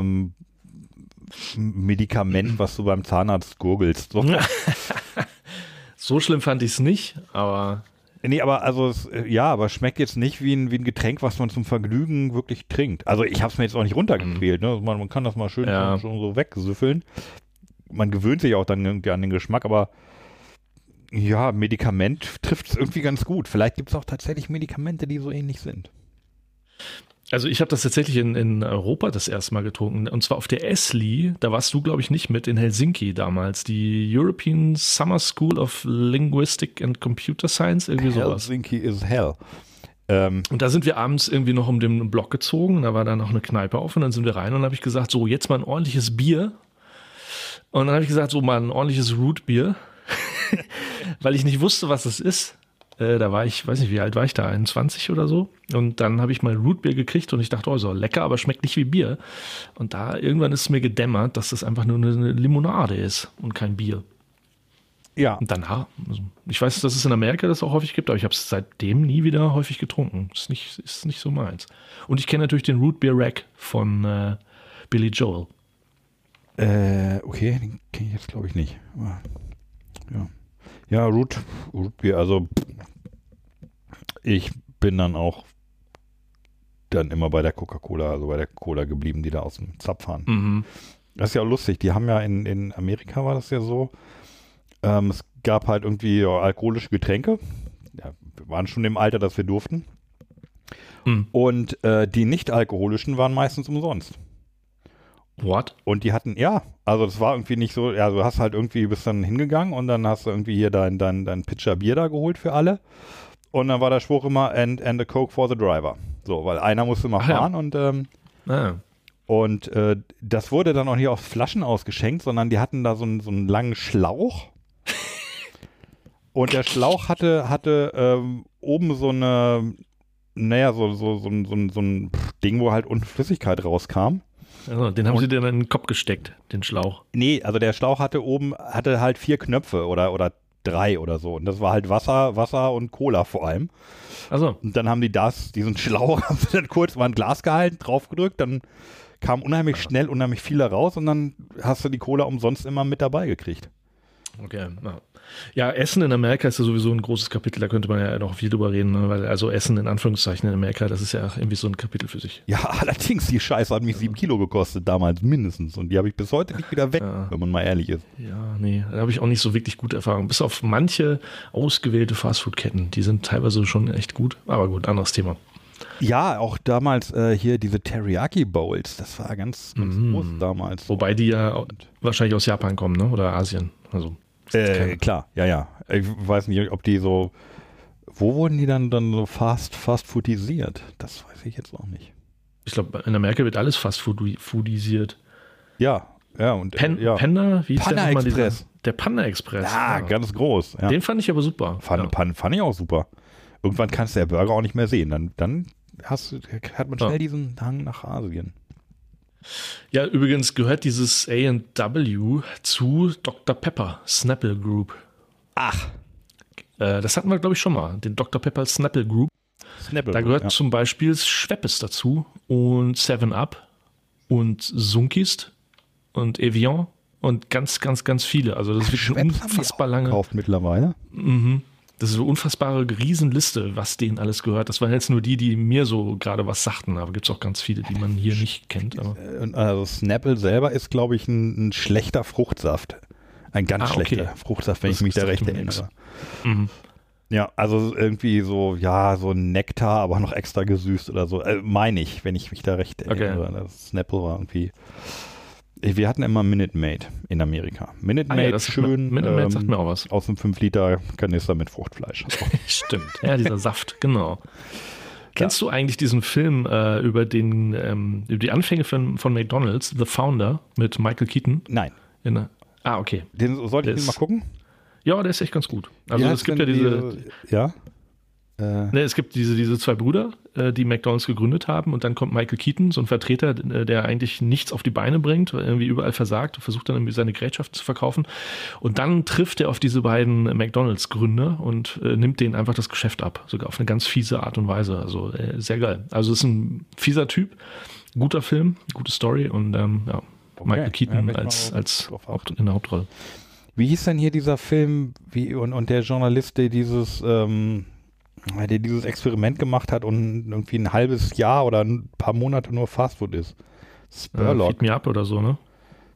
Medikament, was du beim Zahnarzt gurgelst. So, so schlimm fand ich es nicht, aber... Nee, aber aber schmeckt jetzt nicht wie ein Getränk, was man zum Vergnügen wirklich trinkt. Also ich habe es mir jetzt auch nicht runtergequält. Ne? Man kann das mal schön schon so wegsüffeln. Man gewöhnt sich auch dann irgendwie an den Geschmack, aber ja, Medikament trifft es irgendwie ganz gut. Vielleicht gibt es auch tatsächlich Medikamente, die so ähnlich sind. Also ich habe das tatsächlich in Europa das erste Mal getrunken, und zwar auf der ESLI, da warst du, glaube ich, nicht mit, in Helsinki damals, die European Summer School of Linguistic and Computer Science, irgendwie sowas. Helsinki is hell. Und da sind wir abends irgendwie noch um den Block gezogen, da war dann noch eine Kneipe auf und dann sind wir rein und habe ich gesagt, so jetzt mal ein ordentliches Bier. Und dann habe ich gesagt, so mal ein ordentliches Root-Bier, weil ich nicht wusste, was es ist. Da war ich, weiß nicht, wie alt war ich da, 21 oder so. Und dann habe ich mal Rootbier gekriegt und ich dachte, oh, so lecker, aber schmeckt nicht wie Bier. Und da irgendwann ist es mir gedämmert, dass das einfach nur eine Limonade ist und kein Bier. Ja. Und danach, also ich weiß, dass es in Amerika das auch häufig gibt, aber ich habe es seitdem nie wieder häufig getrunken. Ist nicht so meins. Und ich kenne natürlich den Rootbeer Rack von Billy Joel. Okay, den kenne ich jetzt glaube ich nicht. Aber, ja. Ja, Rootbeer, also ich bin dann auch immer bei der Coca-Cola, also bei der Cola geblieben, die da aus dem Zapf fahren. Mhm. Das ist ja auch lustig, die haben ja in Amerika war das ja so, es gab halt irgendwie alkoholische Getränke, ja, wir waren schon im Alter, dass wir durften, und die nicht-alkoholischen waren meistens umsonst. What? Und die hatten, ja, also das war irgendwie nicht so, ja, du hast halt irgendwie, bist dann hingegangen und dann hast du irgendwie hier dein Pitcher Bier da geholt für alle und dann war der Spruch immer and a Coke for the driver. So, weil einer musste mal fahren und das wurde dann auch nicht auf Flaschen ausgeschenkt, sondern die hatten da so einen langen Schlauch und der Schlauch hatte oben so eine, naja, so ein Ding, wo halt unten Flüssigkeit rauskam. Also, den haben sie dir dann in den Kopf gesteckt, den Schlauch. Nee, also der Schlauch hatte halt 4 Knöpfe oder 3 oder so. Und das war halt Wasser und Cola vor allem. Also. Und dann haben die diesen Schlauch, haben sie dann kurz mal ein Glas gehalten, draufgedrückt, dann kam unheimlich schnell unheimlich viel raus und dann hast du die Cola umsonst immer mit dabei gekriegt. Okay, ja, Essen in Amerika ist ja sowieso ein großes Kapitel, da könnte man ja noch viel drüber reden, ne? Weil also Essen in Anführungszeichen in Amerika, das ist ja irgendwie so ein Kapitel für sich. Ja, allerdings, die Scheiße hat mich 7 Kilo gekostet damals mindestens und die habe ich bis heute nicht wieder weg, wenn man mal ehrlich ist. Ja, nee, da habe ich auch nicht so wirklich gute Erfahrungen, bis auf manche ausgewählte Fastfood-Ketten, die sind teilweise schon echt gut, aber gut, anderes Thema. Ja, auch damals hier diese Teriyaki Bowls, das war ganz groß damals. Wobei die ja wahrscheinlich aus Japan kommen, ne? Oder Asien, also. Klar, ja. Ich weiß nicht, ob die so, wo wurden die dann so fast-foodisiert? Das weiß ich jetzt auch nicht. Ich glaube, in Amerika wird alles fast-foodisiert. Ja. Und Panda, wie ist Panda der nochmal? Express. Der Panda Express. Ja, ganz groß. Ja. Den fand ich aber super. Fand ich auch super. Irgendwann kannst du der Burger auch nicht mehr sehen. Dann hat man schnell diesen Hang nach Asien. Ja, übrigens gehört dieses A&W zu Dr. Pepper Snapple Group. Ach. Das hatten wir, glaube ich, schon mal. Den Dr. Pepper Snapple Group. Da gehört zum Beispiel Schweppes dazu und 7-Up und Sunkist und Evian und ganz, ganz, ganz viele. Also das ist wirklich eine unfassbar lange. Gekauft mittlerweile. Mhm. Das ist eine unfassbare Riesenliste, was denen alles gehört. Das waren jetzt nur die mir so gerade was sagten, aber gibt es auch ganz viele, die man hier nicht kennt. Aber. Also Snapple selber ist, glaube ich, ein schlechter Fruchtsaft. Ein ganz schlechter Fruchtsaft, wenn ich mich da recht erinnere. Mhm. Ja, also irgendwie so, so ein Nektar, aber noch extra gesüßt oder so. Meine ich, wenn ich mich da recht erinnere. Das Snapple war irgendwie. Wir hatten immer Minute Maid in Amerika. Minute Maid, das schön. Minute Maid sagt mir auch was. Aus einem 5-Liter-Kanister mit Fruchtfleisch. Stimmt. Ja, dieser Saft, genau. Kennst du eigentlich diesen Film über die Anfänge von McDonald's, The Founder, mit Michael Keaton? Nein. Okay. Den sollte ich mal gucken? Ja, der ist echt ganz gut. Also es gibt ja diese. Es gibt diese zwei Brüder, die McDonald's gegründet haben, und dann kommt Michael Keaton, so ein Vertreter, der eigentlich nichts auf die Beine bringt, irgendwie überall versagt und versucht dann irgendwie seine Gerätschaften zu verkaufen. Und dann trifft er auf diese beiden McDonald's-Gründer und nimmt denen einfach das Geschäft ab, sogar auf eine ganz fiese Art und Weise. Also sehr geil. Also es ist ein fieser Typ, guter Film, gute Story und Michael Keaton als in der Hauptrolle. Wie hieß denn hier dieser Film und der Journalist, der dieses Experiment gemacht hat und irgendwie ein halbes Jahr oder ein paar Monate nur Fastfood ist? Spurlock. Feed Me Up oder so, ne?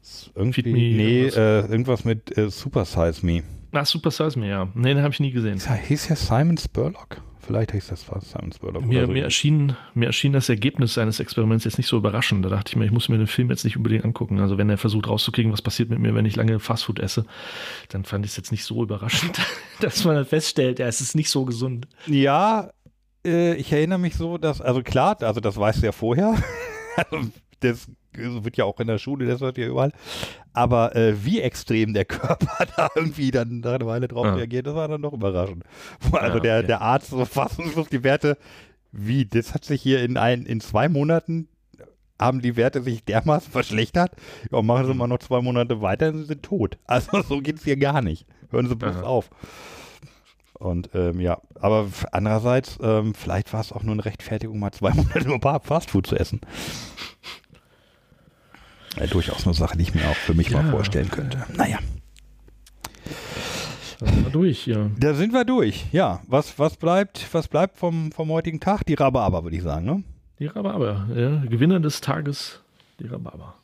Irgendwas mit Super Size Me. Super Size Me, ja. Nee, den habe ich nie gesehen. Hieß ja Simon Spurlock? Vielleicht hieß das fast Simon Spurlock. Mir erschien das Ergebnis seines Experiments jetzt nicht so überraschend. Da dachte ich mir, ich muss mir den Film jetzt nicht unbedingt angucken. Also wenn er versucht rauszukriegen, was passiert mit mir, wenn ich lange Fastfood esse, dann fand ich es jetzt nicht so überraschend, dass man dann feststellt, es ist nicht so gesund. Ja, ich erinnere mich so, dass, das weißt du ja vorher. Das wird ja auch in der Schule, das wird ja überall. Aber wie extrem der Körper da irgendwie dann nach einer Weile drauf reagiert, das war dann doch überraschend. Also der Arzt so fassungslos die Werte, das hat sich hier in 2 Monaten, haben die Werte sich dermaßen verschlechtert, machen Sie mal noch 2 Monate weiter, dann sind Sie tot. Also so geht es hier gar nicht. Hören Sie bloß auf. Und aber andererseits, vielleicht war es auch nur eine Rechtfertigung, mal 2 Monate nur Fastfood zu essen. Ja, durchaus eine Sache, die ich mir auch für mich mal vorstellen könnte. Naja. Da sind wir durch, ja. Da sind wir durch, ja. Was bleibt vom heutigen Tag? Die Rhabarber, würde ich sagen, ne? Die Rhabarber, ja. Gewinner des Tages, die Rhabarber.